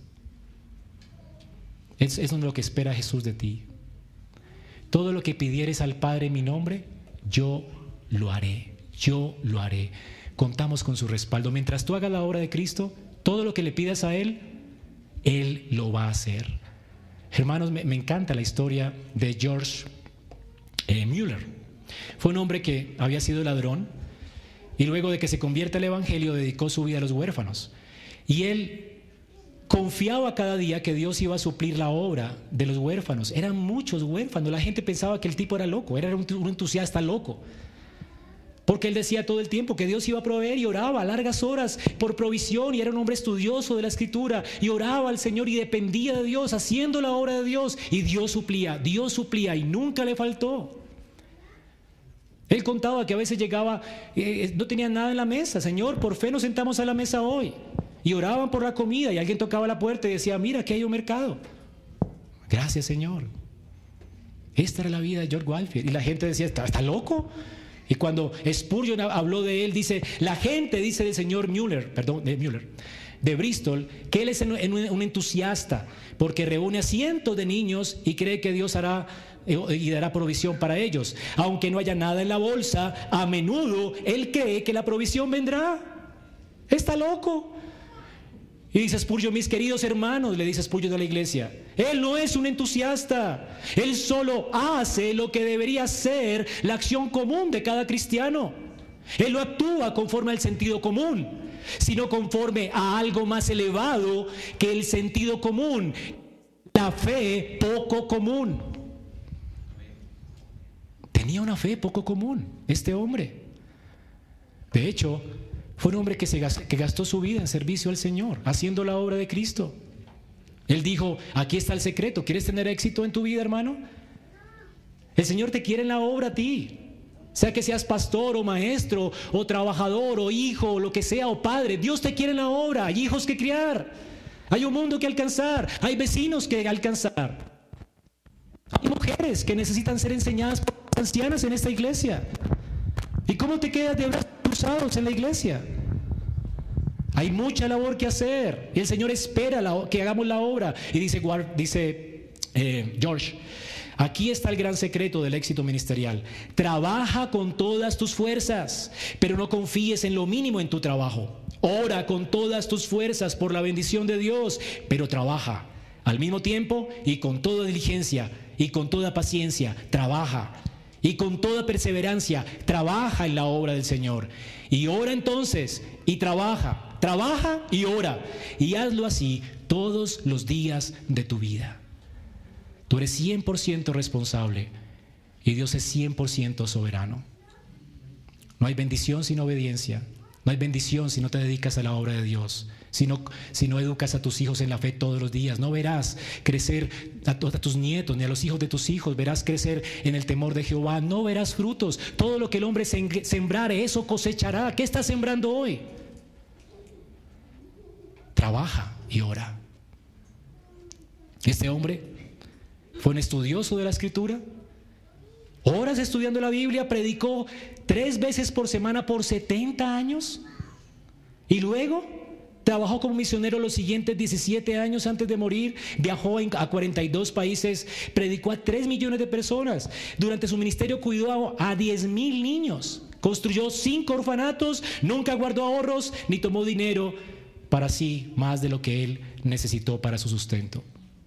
Es, es lo que espera Jesús de ti. Todo lo que pidieres al Padre en mi nombre, yo lo haré, yo lo haré. Contamos con su respaldo. Mientras tú hagas la obra de Cristo, todo lo que le pidas a Él, Él lo va a hacer. Hermanos, me, me encanta la historia de George eh, Mueller. Fue un hombre que había sido ladrón y luego de que se convierte al Evangelio dedicó su vida a los huérfanos. Y él confiaba cada día que Dios iba a suplir la obra de los huérfanos. Eran muchos huérfanos. La gente pensaba que el tipo era loco, era un, un entusiasta loco. Porque él decía todo el tiempo que Dios iba a proveer y oraba a largas horas por provisión, y era un hombre estudioso de la Escritura y oraba al Señor y dependía de Dios, haciendo la obra de Dios, y Dios suplía, Dios suplía y nunca le faltó. Él contaba que a veces llegaba, eh, no tenía nada en la mesa. Señor, por fe nos sentamos a la mesa hoy, y oraban por la comida y alguien tocaba la puerta y decía, mira, aquí hay un mercado. Gracias, Señor. Esta era la vida de George Whitefield, y la gente decía, ¿está, está loco? Y cuando Spurgeon habló de él, dice, la gente dice del señor Mueller, perdón, de Mueller, de Bristol, que él es un entusiasta porque reúne a cientos de niños y cree que Dios hará y dará provisión para ellos. Aunque no haya nada en la bolsa, a menudo él cree que la provisión vendrá. Está loco. Y dice Spurgeon, mis queridos hermanos, le dice Spurgeon a la iglesia, él no es un entusiasta, él solo hace lo que debería ser la acción común de cada cristiano. Él no actúa conforme al sentido común, sino conforme a algo más elevado que el sentido común, la fe poco común. Tenía una fe poco común este hombre. De hecho, Fue un hombre que, se gastó, que gastó su vida en servicio al Señor, haciendo la obra de Cristo. Él dijo, aquí está el secreto. ¿Quieres tener éxito en tu vida, hermano? El Señor te quiere en la obra a ti. Sea que seas pastor o maestro o trabajador o hijo o lo que sea o padre, Dios te quiere en la obra. Hay hijos que criar, hay un mundo que alcanzar, hay vecinos que alcanzar, hay mujeres que necesitan ser enseñadas por ancianas en esta iglesia. ¿Y cómo te quedas de brazos cruzados en la iglesia? Hay mucha labor que hacer y el Señor espera la, que hagamos la obra. Y dice, dice eh, George, aquí está el gran secreto del éxito ministerial. Trabaja con todas tus fuerzas, pero no confíes en lo mínimo en tu trabajo. Ora con todas tus fuerzas por la bendición de Dios, pero trabaja al mismo tiempo y con toda diligencia y con toda paciencia. Trabaja y con toda perseverancia. Trabaja en la obra del Señor. Y ora entonces y trabaja. Trabaja y ora. Y hazlo así todos los días de tu vida. Tú eres cien por ciento responsable y Dios es cien por ciento soberano. No hay bendición sin obediencia. No hay bendición si no te dedicas a la obra de Dios. Si no, si no educas a tus hijos en la fe todos los días. No verás crecer a, a tus nietos ni a los hijos de tus hijos. Verás crecer en el temor de Jehová. No verás frutos. Todo lo que el hombre sembrare, eso cosechará. ¿Qué estás sembrando hoy? Trabaja y ora. Este hombre fue un estudioso de la Escritura, horas estudiando la Biblia, predicó tres veces por semana por setenta años y luego trabajó como misionero los siguientes diecisiete años antes de morir, viajó a cuarenta y dos países, predicó a tres millones de personas, durante su ministerio cuidó a diez mil niños, construyó cinco orfanatos, nunca guardó ahorros ni tomó dinero para sí más de lo que él necesitó para su sustento.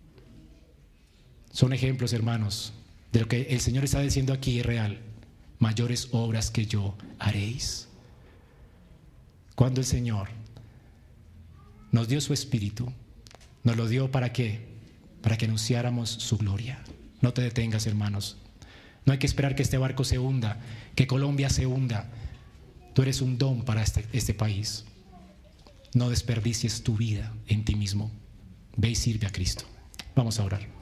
Son ejemplos, hermanos, de lo que el Señor está diciendo aquí es real. Mayores obras que yo haréis. Cuando el Señor nos dio su Espíritu, nos lo dio ¿para qué? Para que anunciáramos su gloria. No te detengas, hermanos. No hay que esperar que este barco se hunda, que Colombia se hunda. Tú eres un don para este, este país. No desperdicies tu vida en ti mismo. Ve y sirve a Cristo. Vamos a orar.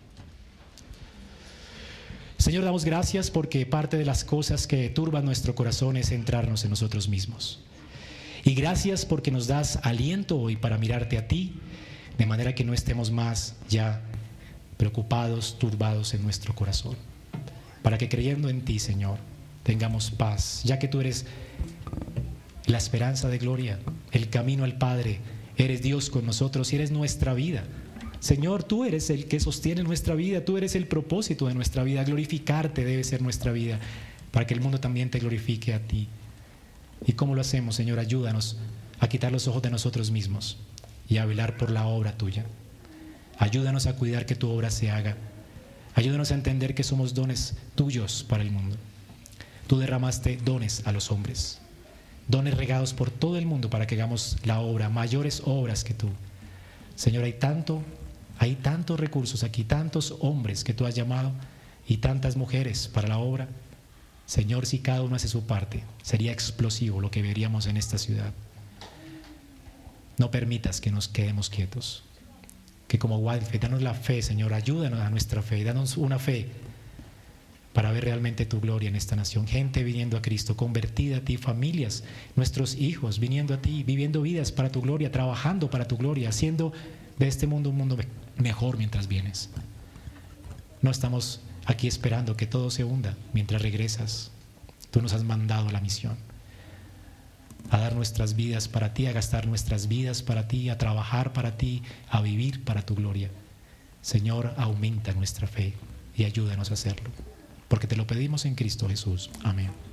Señor, damos gracias porque parte de las cosas que turban nuestro corazón es centrarnos en nosotros mismos. Y gracias porque nos das aliento hoy para mirarte a ti, de manera que no estemos más ya preocupados, turbados en nuestro corazón. Para que creyendo en ti, Señor, tengamos paz, ya que tú eres la esperanza de gloria, el camino al Padre, eres Dios con nosotros y eres nuestra vida. Señor, tú eres el que sostiene nuestra vida, tú eres el propósito de nuestra vida. Glorificarte debe ser nuestra vida, para que el mundo también te glorifique a ti. ¿Y cómo lo hacemos, Señor? Ayúdanos a quitar los ojos de nosotros mismos y a velar por la obra tuya. Ayúdanos a cuidar que tu obra se haga. Ayúdanos a entender que somos dones tuyos para el mundo. Tú derramaste dones a los hombres, dones regados por todo el mundo para que hagamos la obra, mayores obras que tú. Señor, hay tanto... Hay tantos recursos aquí, tantos hombres que tú has llamado y tantas mujeres para la obra. Señor, si cada uno hace su parte, sería explosivo lo que veríamos en esta ciudad. No permitas que nos quedemos quietos. Que como Wildfire, danos la fe, Señor, ayúdanos a nuestra fe, danos una fe para ver realmente tu gloria en esta nación. Gente viniendo a Cristo, convertida a ti, familias, nuestros hijos viniendo a ti, viviendo vidas para tu gloria, trabajando para tu gloria, haciendo de este mundo un mundo mejor mientras vienes. No estamos aquí esperando que todo se hunda mientras regresas. Tú nos has mandado a la misión, a dar nuestras vidas para ti, a gastar nuestras vidas para ti, a trabajar para ti, a vivir para tu gloria. Señor, aumenta nuestra fe y ayúdanos a hacerlo, porque te lo pedimos en Cristo Jesús. Amén.